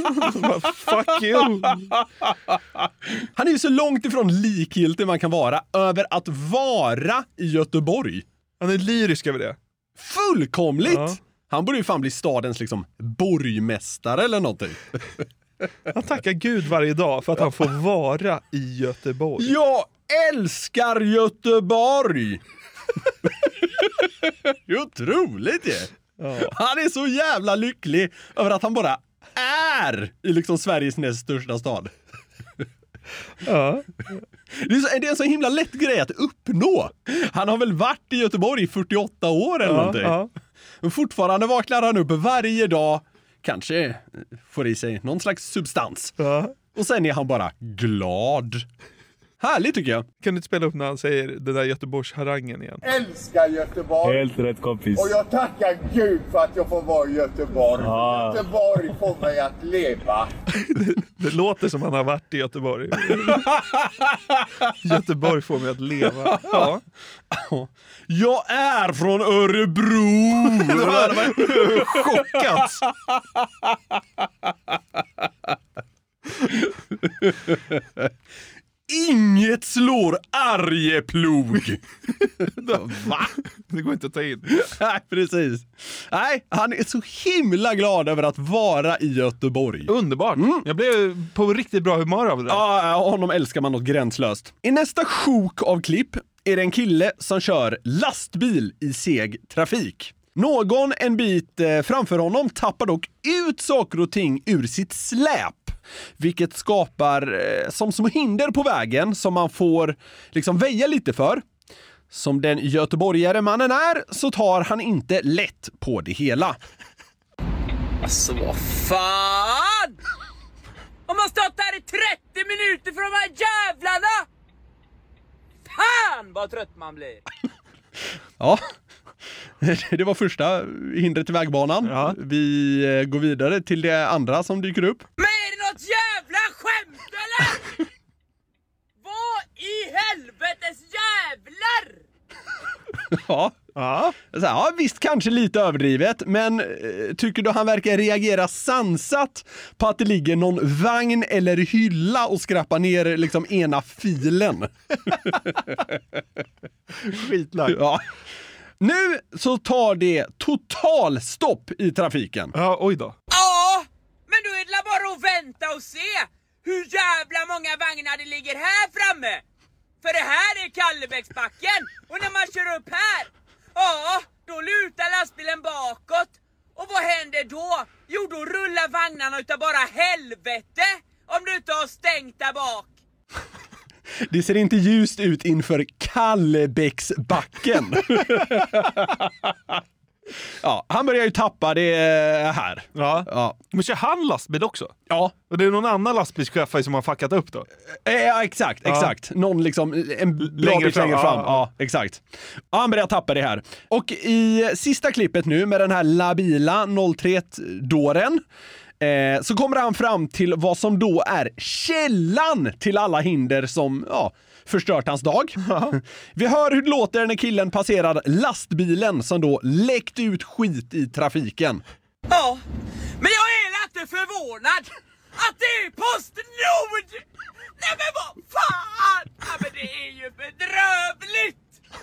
Fuck you. Han är ju så långt ifrån likgiltig man kan vara över att vara i Göteborg. Han är lyrisk över det. Fullkomligt. Ja. Han borde ju fan bli stadens liksom borgmästare eller någonting. Han tackar Gud varje dag för att han får vara i Göteborg. Jag älskar Göteborg! Det är otroligt ju. Ja. Han är så jävla lycklig över att han bara är i liksom Sveriges näst största stad. Ja. Det är en så himla lätt grej att uppnå. Han har väl varit i Göteborg i 48 år eller någonting. Ja. Men fortfarande vaknar han upp varje dag, kanske får i sig någon slags substans. Ja. Och sen är han bara glad. Härligt tycker jag. Kan du inte spela upp när han säger den där Göteborgsharangen igen? Älskar Göteborg. Helt rätt, kompis. Och jag tackar Gud för att jag får vara i Göteborg. Göteborg får mig att leva. Det låter som han har varit i Göteborg. Göteborg får mig att leva. Ja. Jag är från Örebro. Det var chockat. Inget slår Arjeplog. Va? Det går inte att ta in. Nej, precis. Nej, han är så himla glad över att vara i Göteborg. Underbart. Jag blev på riktigt bra humör av det. Ja, honom älskar man något gränslöst. I nästa sjok av klipp är det en kille som kör lastbil i seg trafik. Någon en bit framför honom tappar dock ut saker och ting ur sitt släp. Vilket skapar som små hinder på vägen som man får liksom väja lite för. Som den göteborgare mannen är så tar han inte lätt på det hela. Alltså vad fan! Om man stått här i 30 minuter för de här jävlarna! Fan vad trött man blir! Ja, det var första hindret i vägbanan. Ja. Vi går vidare till det andra som dyker upp. Men är det något jävla skämt eller? Vad i helvetes jävlar? Ja. Ja, visst kanske lite överdrivet, men tycker du han verkar reagera sansat på att det ligger någon vagn eller hylla och skrappa ner liksom ena filen? Skitlagt. Ja. Nu så tar det totalstopp i trafiken. Ja, oj då. Ja, men då är det bara att vänta och se hur jävla många vagnar det ligger här framme. För det här är Kallebäcksbacken. Och när man kör upp här, Ja, då lutar lastbilen bakåt. Och vad händer då? Jo, då rullar vagnarna utav bara helvete. Om du inte har stängt där bak. Det ser inte ljust ut inför Kallebäcksbacken. Ja, han börjar ju tappa det här. Ja. Men kör han lastbil också? Ja. Och det är någon annan lastbilschef som har fuckat upp då? Ja, exakt. Någon liksom en bra bit längre fram. Ja, exakt. Ja, han börjar tappa det här. Och i sista klippet nu med den här labila 031-dåren så kommer han fram till vad som då är källan till alla hinder som förstört hans dag. Vi hör hur det låter när killen passerar lastbilen som då läckt ut skit i trafiken. Ja, men jag är inte förvånad att det är Postnord. Nej men vad fan! Ja, men det är ju bedrövligt.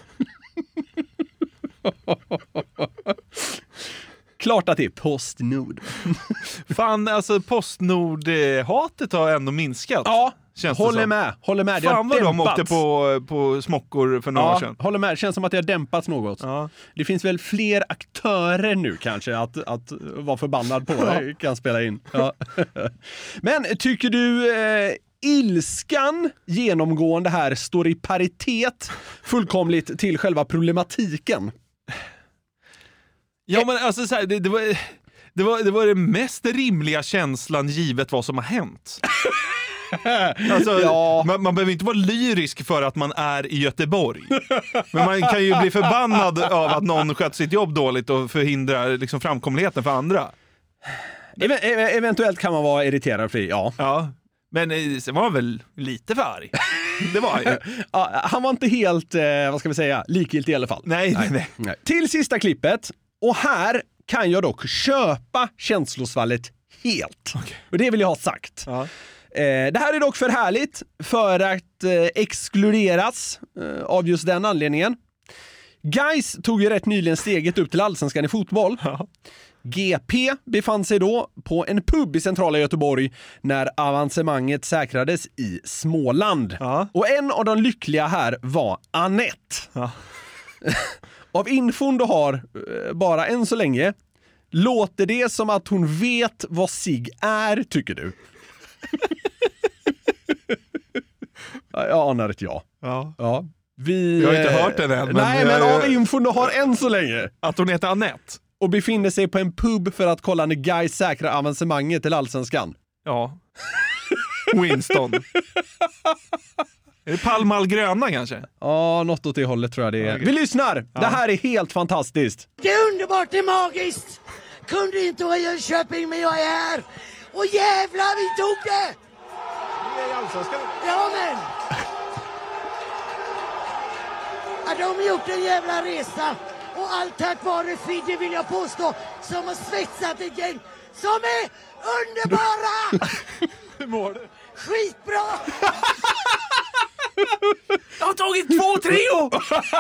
Klart att det är Postnord. Fan, alltså Postnord-hatet har ändå minskat. Ja, håller med. Fan vad de åkte på smockor för några år sedan. Håller med. Det känns som att det har dämpats något. Ja. Det finns väl fler aktörer nu kanske att vara förbannad på det kan spela in. Ja. Men tycker du ilskan genomgående här står i paritet fullkomligt till själva problematiken? Ja, men alltså så här, det var den mest rimliga känslan givet vad som har hänt. Alltså, man behöver inte vara lyrisk för att man är i Göteborg. Men man kan ju bli förbannad av att någon sköter sitt jobb dåligt och förhindrar liksom framkomligheten för andra. Eventuellt kan man vara irriterad för ja. Men sen var han väl lite för arg. Det var ju. Han var inte helt, vad ska vi säga, likgiltig i alla fall. Nej. Till sista klippet. Och här kan jag dock köpa känslosvallet helt. Okay. Och det vill jag ha sagt. Ja. Det här är dock för härligt för att exkluderas av just den anledningen. Gais tog ju rätt nyligen steget upp till Allsvenskan i fotboll. Ja. GP befann sig då på en pub i centrala Göteborg när avancemanget säkrades i Småland. Ja. Och en av de lyckliga här var Anette. Ja. Av infon du har bara än så länge låter det som att hon vet vad sig är, tycker du? Jag anar ett ja. Ja. Jag har inte hört den än. Nej, men av infon du har än så länge. Att hon heter Anette. Och befinner sig på en pub för att kolla när Gais säkrar avancemanget till Allsvenskan. Ja. Winston. Är det Palmal gröna kanske? Ja, något åt det hållet tror jag det är. Okay. Vi lyssnar! Ja. Det här är helt fantastiskt. Det är underbart, det är magiskt. Kunde inte vara i Jönköping, men jag är här. Och jävlar, vi tog det! Ja, men. De har gjort en jävla resa. Och allt tack vare Fidde, vill jag påstå, som har svetsat ett gäng som är underbara! Hur mår du? Skitbra! Jag har tagit 2 Treo!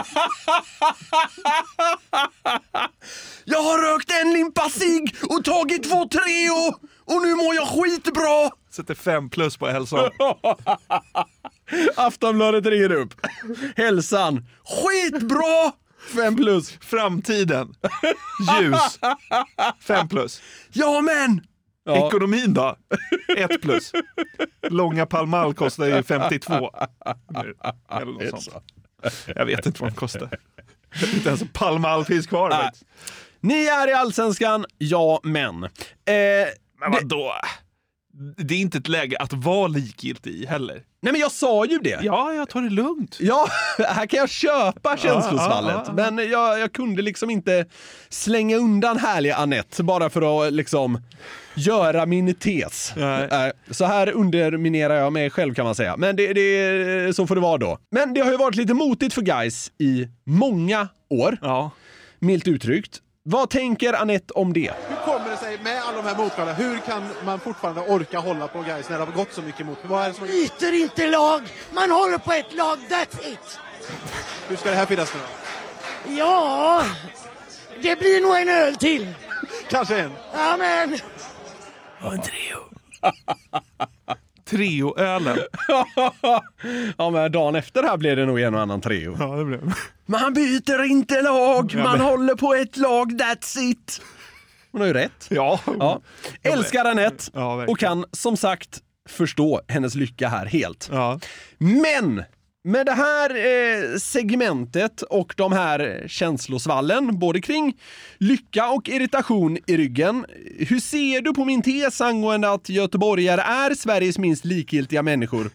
Jag har rökt en limpa cigg och tagit 2 Treo och nu mår jag skitbra! Sätter 5+ på hälsan. Aftonbladet ringer upp. Hälsan. Skitbra! 5+. Framtiden. Ljus. 5+. Ja, men! Ja. Ekonomin då? 1+. Långa Palmal kostar ju 52. Eller något sånt. Jag vet inte vad de kostar. Inte ens Palmal finns kvar. Ni är i Allsvenskan, ja men. Men vadå? Det är inte ett läge att vara likgiltig i heller. Nej, men jag sa ju det. Ja, jag tar det lugnt. Ja, här kan jag köpa känslosvallet. Men jag kunde liksom inte slänga undan härliga Anette bara för att liksom göra min tes. Så här underminerar jag mig själv, kan man säga. Men det så får det vara då. Men det har ju varit lite motigt för Gais i många år. Ja. Milt uttryckt. Vad tänker Anette om det? Hur kommer det sig med alla de här motgångarna? Hur kan man fortfarande orka hålla på Gais när det har gått så mycket emot? Vad är det som... Byter inte lag. Man håller på ett lag, that's it. Hur ska det här finnas nu då? Ja, det blir nog en öl till. Kanske en. Ja, men... Och en Treo. Treo-ölen. Ja, men dagen efter här blev det nog en och annan Treo. Ja, det blev. Man byter inte lag, Ja, man men... håller på ett lag, that's it. Hon har ju rätt. Ja. Älskar Anette och kan som sagt förstå hennes lycka här helt. Ja. Men med det här segmentet och de här känslosvallen, både kring lycka och irritation i ryggen, hur ser du på min tes angående att göteborgare är Sveriges minst likgiltiga människor?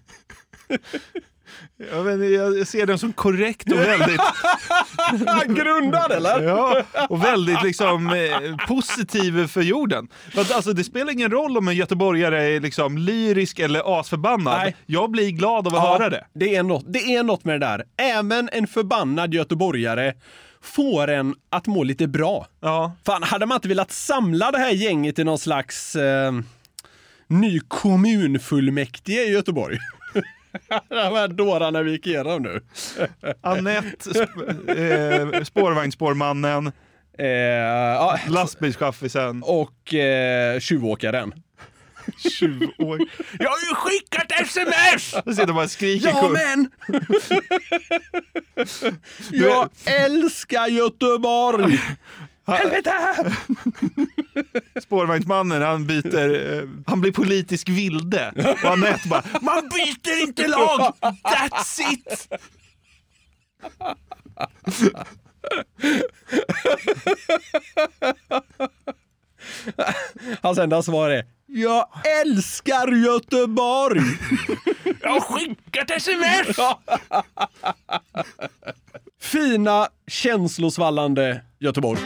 Jag ser den som korrekt och väldigt... grundad, eller? Ja, och väldigt liksom positiv för jorden. Alltså, det spelar ingen roll om en göteborgare är liksom lyrisk eller asförbannad. Nej. Jag blir glad av att höra det. Det är något med det där. Även en förbannad göteborgare får en att må lite bra. Ja. Fan, hade man inte velat samla det här gänget i någon slags ny kommunfullmäktige i Göteborg? De här dårarna vi gick igenom nu. Annette, spårvagnsspårmannen, lastbilschaffisen och tjuvåkaren. Jag har ju skickat sms! Jag ser bara skriker. Ja, men! Jag älskar Göteborg! Helvete! Spårvagnsmannen, han blir politisk vilde. Och Anette bara, man byter inte lag! That's it! Hans enda svar är, jag älskar Göteborg! Jag har skickat sms! Fina, känslosvallande Göteborg.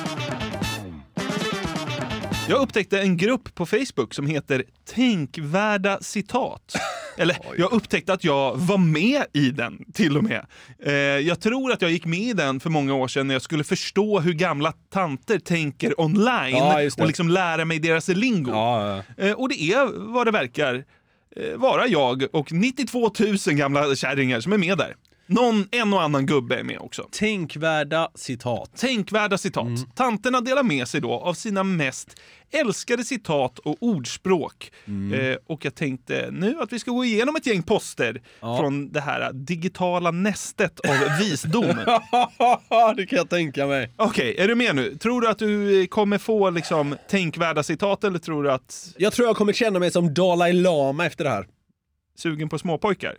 Jag upptäckte en grupp på Facebook som heter Tänkvärda citat. Eller jag upptäckte att jag var med i den till och med. Jag tror att jag gick med i den för många år sedan när jag skulle förstå hur gamla tanter tänker online och liksom lära mig deras lingo. Och det är vad det verkar vara jag och 92 000 gamla kärringar som är med där. En och annan gubbe är med också. Tänkvärda citat. Tänkvärda citat. Tanterna delar med sig då av sina mest älskade citat och ordspråk. Och jag tänkte nu att vi ska gå igenom ett gäng poster från det här digitala nästet av visdom. Det kan jag tänka mig. Okej, är du med nu? Tror du att du kommer få liksom tänkvärda citat eller tror du att... Jag tror jag kommer känna mig som Dalai Lama efter det här. Sugen på småpojkar?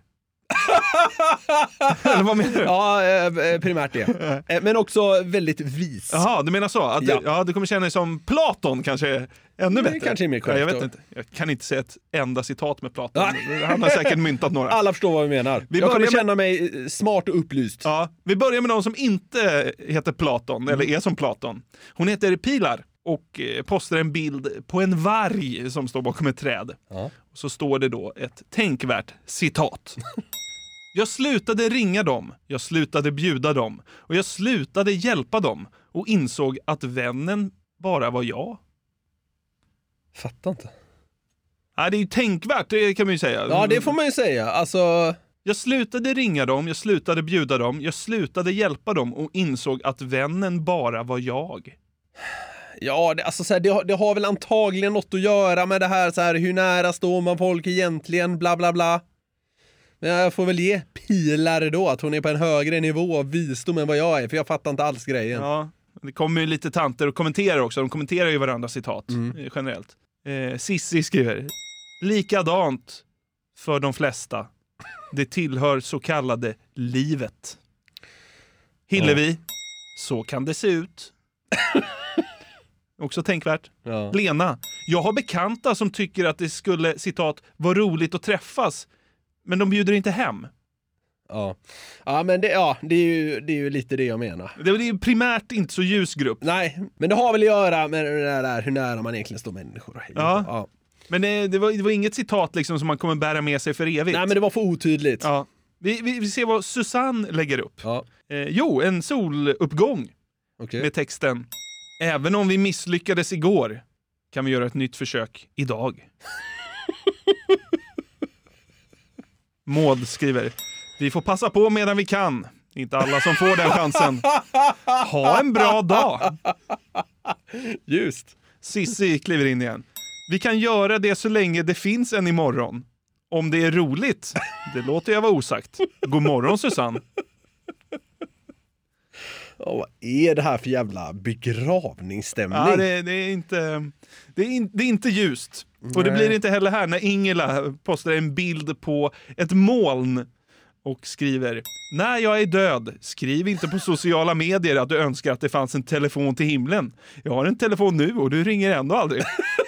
Eller vad menar du? Ja, primärt det. Men också väldigt vis. Jaha, du menar så? Att du kommer känna dig som Platon kanske ännu bättre? Kanske är mer korrekt. Jag vet inte. Jag kan inte säga ett enda citat med Platon. Han har säkert myntat några. Alla förstår vad vi menar. Jag kommer känna mig smart och upplyst. Ja, vi börjar med någon som inte heter Platon, eller är som Platon. Hon heter Pilar och postar en bild på en varg som står bakom ett träd. Och så står det då ett tänkvärt citat. Jag slutade ringa dem, jag slutade bjuda dem och jag slutade hjälpa dem och insåg att vännen bara var jag. Fattar inte. Nej, det är ju tänkvärt, det kan man ju säga. Ja, det får man ju säga. Alltså... Jag slutade ringa dem, jag slutade bjuda dem, jag slutade hjälpa dem och insåg att vännen bara var jag. Ja, alltså, så här, det har väl antagligen något att göra med det här, så här, hur nära står man folk egentligen, bla bla bla. Men jag får väl ge Pilar då att hon är på en högre nivå av visdom än vad jag är, för jag fattar inte alls grejen. Ja, det kommer ju lite tanter och kommenterar också. De kommenterar ju varandras citat generellt. Sissi skriver: likadant för de flesta. Det tillhör så kallade livet. Hillevi, så kan det se ut. Också tänkvärt. Ja. Lena, jag har bekanta som tycker att det skulle, citat, vara roligt att träffas. Men de bjuder inte hem. Ja, men det är ju lite det jag menar. Det är ju primärt inte så ljus grupp. Nej, men det har väl att göra med det där hur nära man egentligen står människor. Ja. Men det var inget citat liksom som man kommer bära med sig för evigt. Nej, men det var för otydligt. Ja. Vi ser vad Susanne lägger upp. En soluppgång med texten: även om vi misslyckades igår kan vi göra ett nytt försök idag. Maud skriver: vi får passa på medan vi kan. Inte alla som får den chansen. Ha en bra dag. Just. Sissi kliver in igen. Vi kan göra det så länge det finns en imorgon. Om det är roligt, det låter jag vara osagt. God morgon, Susanne. Vad är det här för jävla begravningsstämning? Ja, det är inte ljust. Och det blir inte heller här när Ingela postar en bild på ett moln och skriver: när jag är död, skriv inte på sociala medier att du önskar att det fanns en telefon till himlen. Jag har en telefon nu och du ringer ändå aldrig.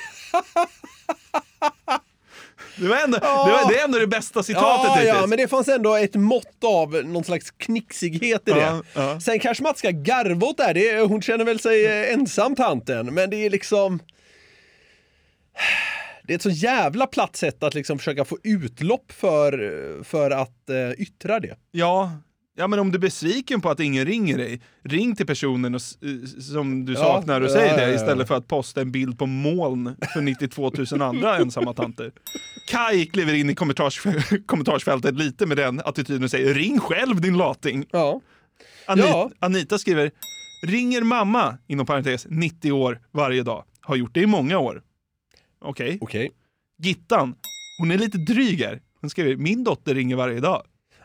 Det är ändå det bästa citatet. Ja, men det fanns ändå ett mått av någon slags knixighet i det. Ja. Sen kanske man ska garva åt där. Hon känner väl sig ensam, tanten. Men det är liksom... Det är ett så jävla platt sätt att liksom försöka få utlopp för att yttra det. Ja, men om du är besviken på att ingen ringer dig, ring till personen som du saknar och säg det istället för att posta en bild på moln för 92 000 andra ensamma tanter. Kai kliver in i kommentarsfältet lite med den attityden och säger: ring själv, din lating. Ja. Anita skriver: ringer mamma, inom parentes 90 år varje dag. Har gjort det i många år. Okej. Gittan, hon är lite dryg här. Hon skriver: min dotter ringer varje dag.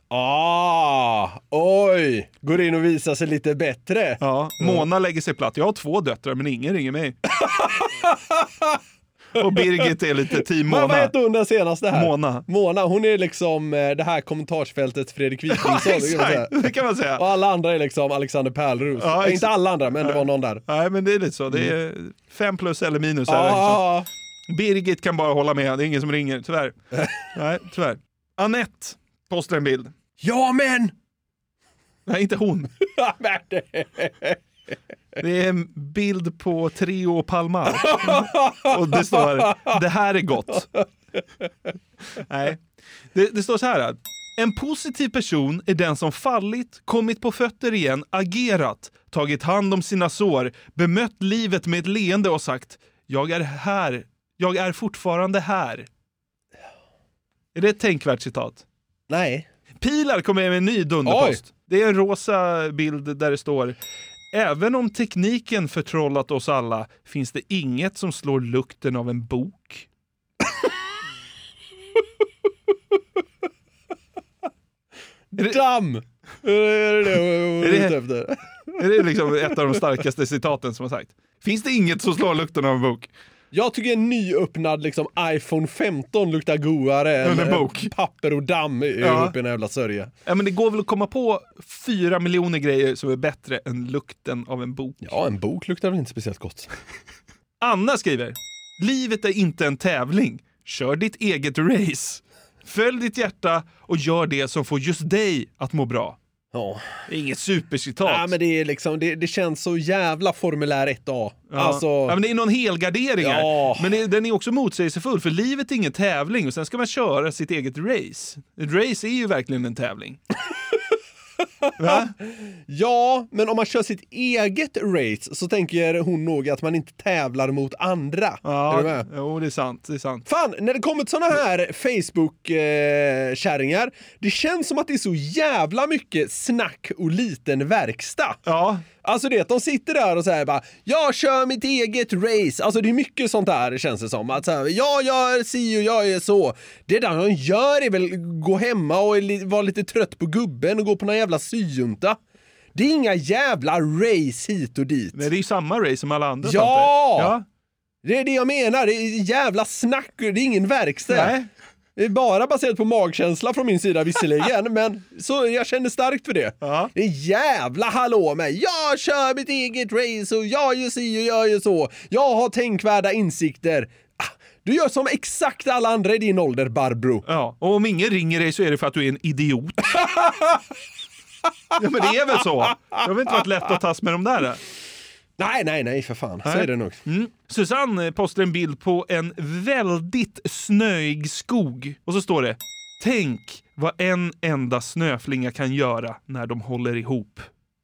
Oj, går in och visar sig lite bättre. Ja, Mona lägger sig platt. Jag har 2 döttrar men ingen ringer mig. Och Birgit är lite team Mona. Vad heter hon den senaste här? Mona, hon är liksom det här kommentarsfältets Fredrik Wikingsson. Exakt, det kan man säga. Och alla andra är liksom Alexander Pärleros. Inte alla andra, men det var någon där. Nej, men det är lite så. Det är 5 plus eller minus. Liksom. Birgit kan bara hålla med. Det är ingen som ringer, tyvärr. Nej, tyvärr. Annette postar en bild. Ja, men! Nej, inte hon. Det är en bild på Trio och Palmar. Och det står: det här är gott. Nej, det står så här: en positiv person är den som fallit, kommit på fötter igen, agerat, tagit hand om sina sår, bemött livet med ett leende och sagt: jag är här, jag är fortfarande här. Är det ett tänkvärt citat? Nej. Pilar kommer med en ny dunderpost. Det är en rosa bild där det står: även om tekniken förtrollat oss alla finns det inget som slår lukten av en bok. Damm! Är det liksom ett av de starkaste citaten som har sagt? Finns det inget som slår lukten av en bok? Jag tycker en nyöppnad liksom iPhone 15 luktar godare än bok. Papper och damm uppe i en jävla sörja. Ja, men det går väl att komma på 4 miljoner grejer som är bättre än lukten av en bok. Ja, en bok luktar väl inte speciellt gott. Anna skriver: livet är inte en tävling. Kör ditt eget race. Följ ditt hjärta och gör det som får just dig att må bra. Ja. Det är inget supercitat. Ja, men det är liksom, det känns så jävla formulär 1A. Ja. Alltså... Ja, men det är någon helgardering här. Ja. Men den är också motsägelsefull, för livet är ingen tävling och sen ska man köra sitt eget race. Ett race är ju verkligen en tävling. Va? Ja, men om man kör sitt eget race så tänker hon nog att man inte tävlar mot andra. Ja, jo, det är sant. Fan, när det kommer till såna här Facebook-kärringar, det känns som att det är så jävla mycket snack och liten verkstad. Ja. Alltså det, de sitter där och säger bara: jag kör mitt eget race. Alltså det är mycket sånt där, känns det som. Att så här, jag gör si och jag är så. Det där de gör är väl gå hemma och vara lite trött på gubben och gå på någon jävla syjunta. Det är inga jävla race hit och dit. Nej, det är ju samma race som alla andra. Ja! Det är det jag menar. Det är jävla snack. Det är ingen verkstad. Nej. Det är bara baserat på magkänsla från min sida visserligen, men så jag känner starkt för det. Ja. Det är jävla hallå med. Jag kör mitt eget race och jag gör si och jag gör så. Jag har tänkvärda insikter. Du gör som exakt alla andra i din ålder, Barbro. Ja, och om ingen ringer dig så är det för att du är en idiot. Ja, men det är väl så. Det har väl inte varit lätt att tas med de där. Nej, för fan. Så är det nog. Susanne postar en bild på en väldigt snöig skog. Och så står det: tänk vad en enda snöflinga kan göra när de håller ihop.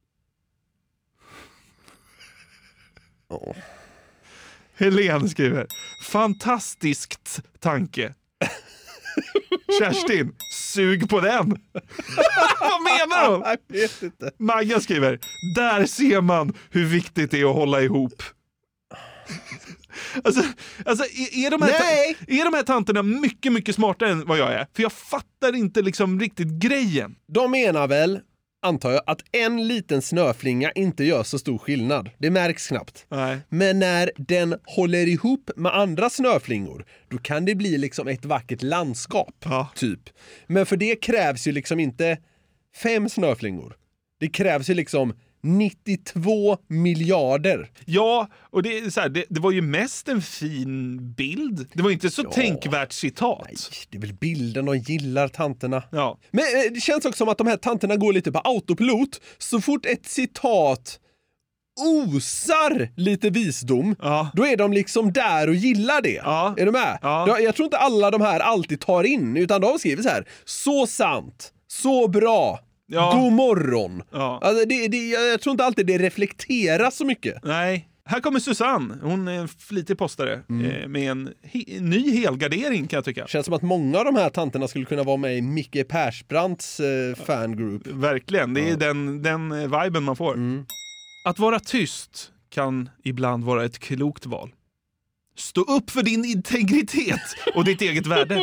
Helene skriver: fantastiskt tanke. Kerstin, sug på den. Vad menar hon? Jag vet inte. Magga skriver: där ser man hur viktigt det är att hålla ihop. Alltså är de här tanterna mycket, mycket smartare än vad jag är? För jag fattar inte liksom riktigt grejen. De menar väl, antar jag, att en liten snöflinga inte gör så stor skillnad. Det märks knappt. Nej. Men när den håller ihop med andra snöflingor, då kan det bli liksom ett vackert landskap, typ. Men för det krävs ju liksom inte 5 snöflingor. Det krävs ju liksom 92 miljarder. Ja, och det är så här, det var ju mest en fin bild. Det var inte så tänkvärt citat. Nej, det är väl bilden de gillar, tanterna. Ja. Men det känns också som att de här tanterna går lite på autopilot. Så fort ett citat osar lite visdom, då är de liksom där och gillar det. Ja. Är du med? Ja. Jag tror inte alla de här alltid tar in, utan de skriver så här: så sant, så bra. Ja. God morgon. Ja. Alltså jag tror inte alltid det reflekteras så mycket. Nej. Här kommer Susanne. Hon är en flitig postare med en ny helgardering, kan jag tycka. Känns som att många av de här tanterna skulle kunna vara med i Micke Persbrandts fangroup. Verkligen. Det är den viben man får. Att vara tyst kan ibland vara ett klokt val. Stå upp för din integritet och ditt eget värde.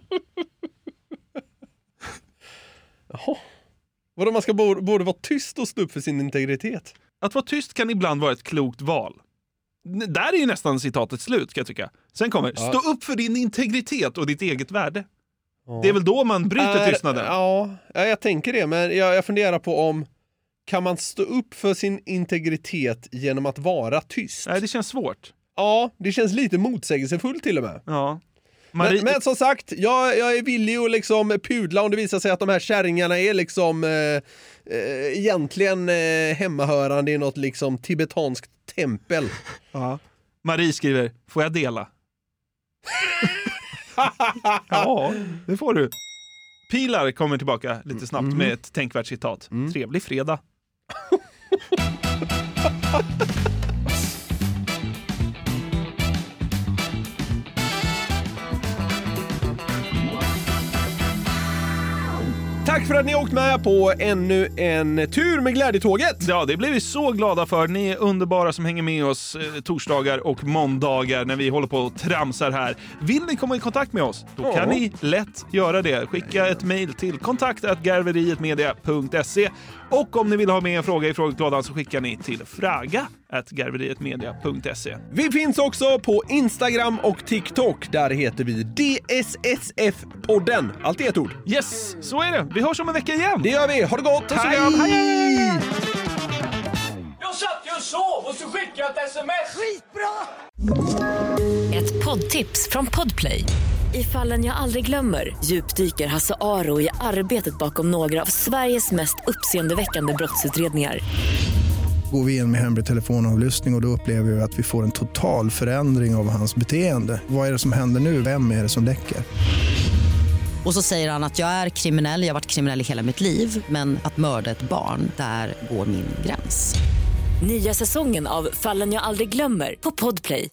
Jaha. Vadå, man ska både vara tyst och stå upp för sin integritet? Att vara tyst kan ibland vara ett klokt val. Där är ju nästan citatet slut, kan jag tycka. Sen kommer, stå upp för din integritet och ditt eget värde. Ja. Det är väl då man bryter tystnaden? Ja, jag tänker det. Men jag funderar på om kan man stå upp för sin integritet genom att vara tyst? Nej, det känns svårt. Ja, det känns lite motsägelsefullt till och med. Ja. Men som sagt, jag är villig att liksom pudla om det visar sig att de här kärringarna är liksom egentligen hemmahörande i något liksom tibetanskt tempel. Ja. Marie skriver, får jag dela? Ja, det får du. Pilar kommer tillbaka lite snabbt med ett tänkvärt citat. Trevlig fredag. Tack för att ni har åkt med på ännu en tur med Glädjetåget. Ja, det blir vi så glada för. Ni är underbara som hänger med oss torsdagar och måndagar när vi håller på och tramsar här. Vill ni komma i kontakt med oss? Då kan ni lätt göra det. Skicka ett mejl till kontakt@garverietmedia.se. Och om ni vill ha med en fråga i frågeklådan så skickar ni till fraga@garverietmedia.se. Vi finns också på Instagram och TikTok. Där heter vi DSSF-podden. Allt i ett ord. Yes, så är det. Vi hörs om en vecka igen. Det gör vi. Ha det gott. Hej! Jag satt ju och sov och så skickade jag ett sms. Skitbra! Ett poddtips från Podplay. I Fallen jag aldrig glömmer djupdyker Hasse Aro i arbetet bakom några av Sveriges mest uppseendeväckande brottsutredningar. Går vi in med hemlig telefonavlyssning och då upplever vi att vi får en total förändring av hans beteende. Vad är det som händer nu? Vem är det som läcker? Och så säger han att jag är kriminell, jag har varit kriminell i hela mitt liv. Men att mörda ett barn, där går min gräns. Nya säsongen av Fallen jag aldrig glömmer på Podplay.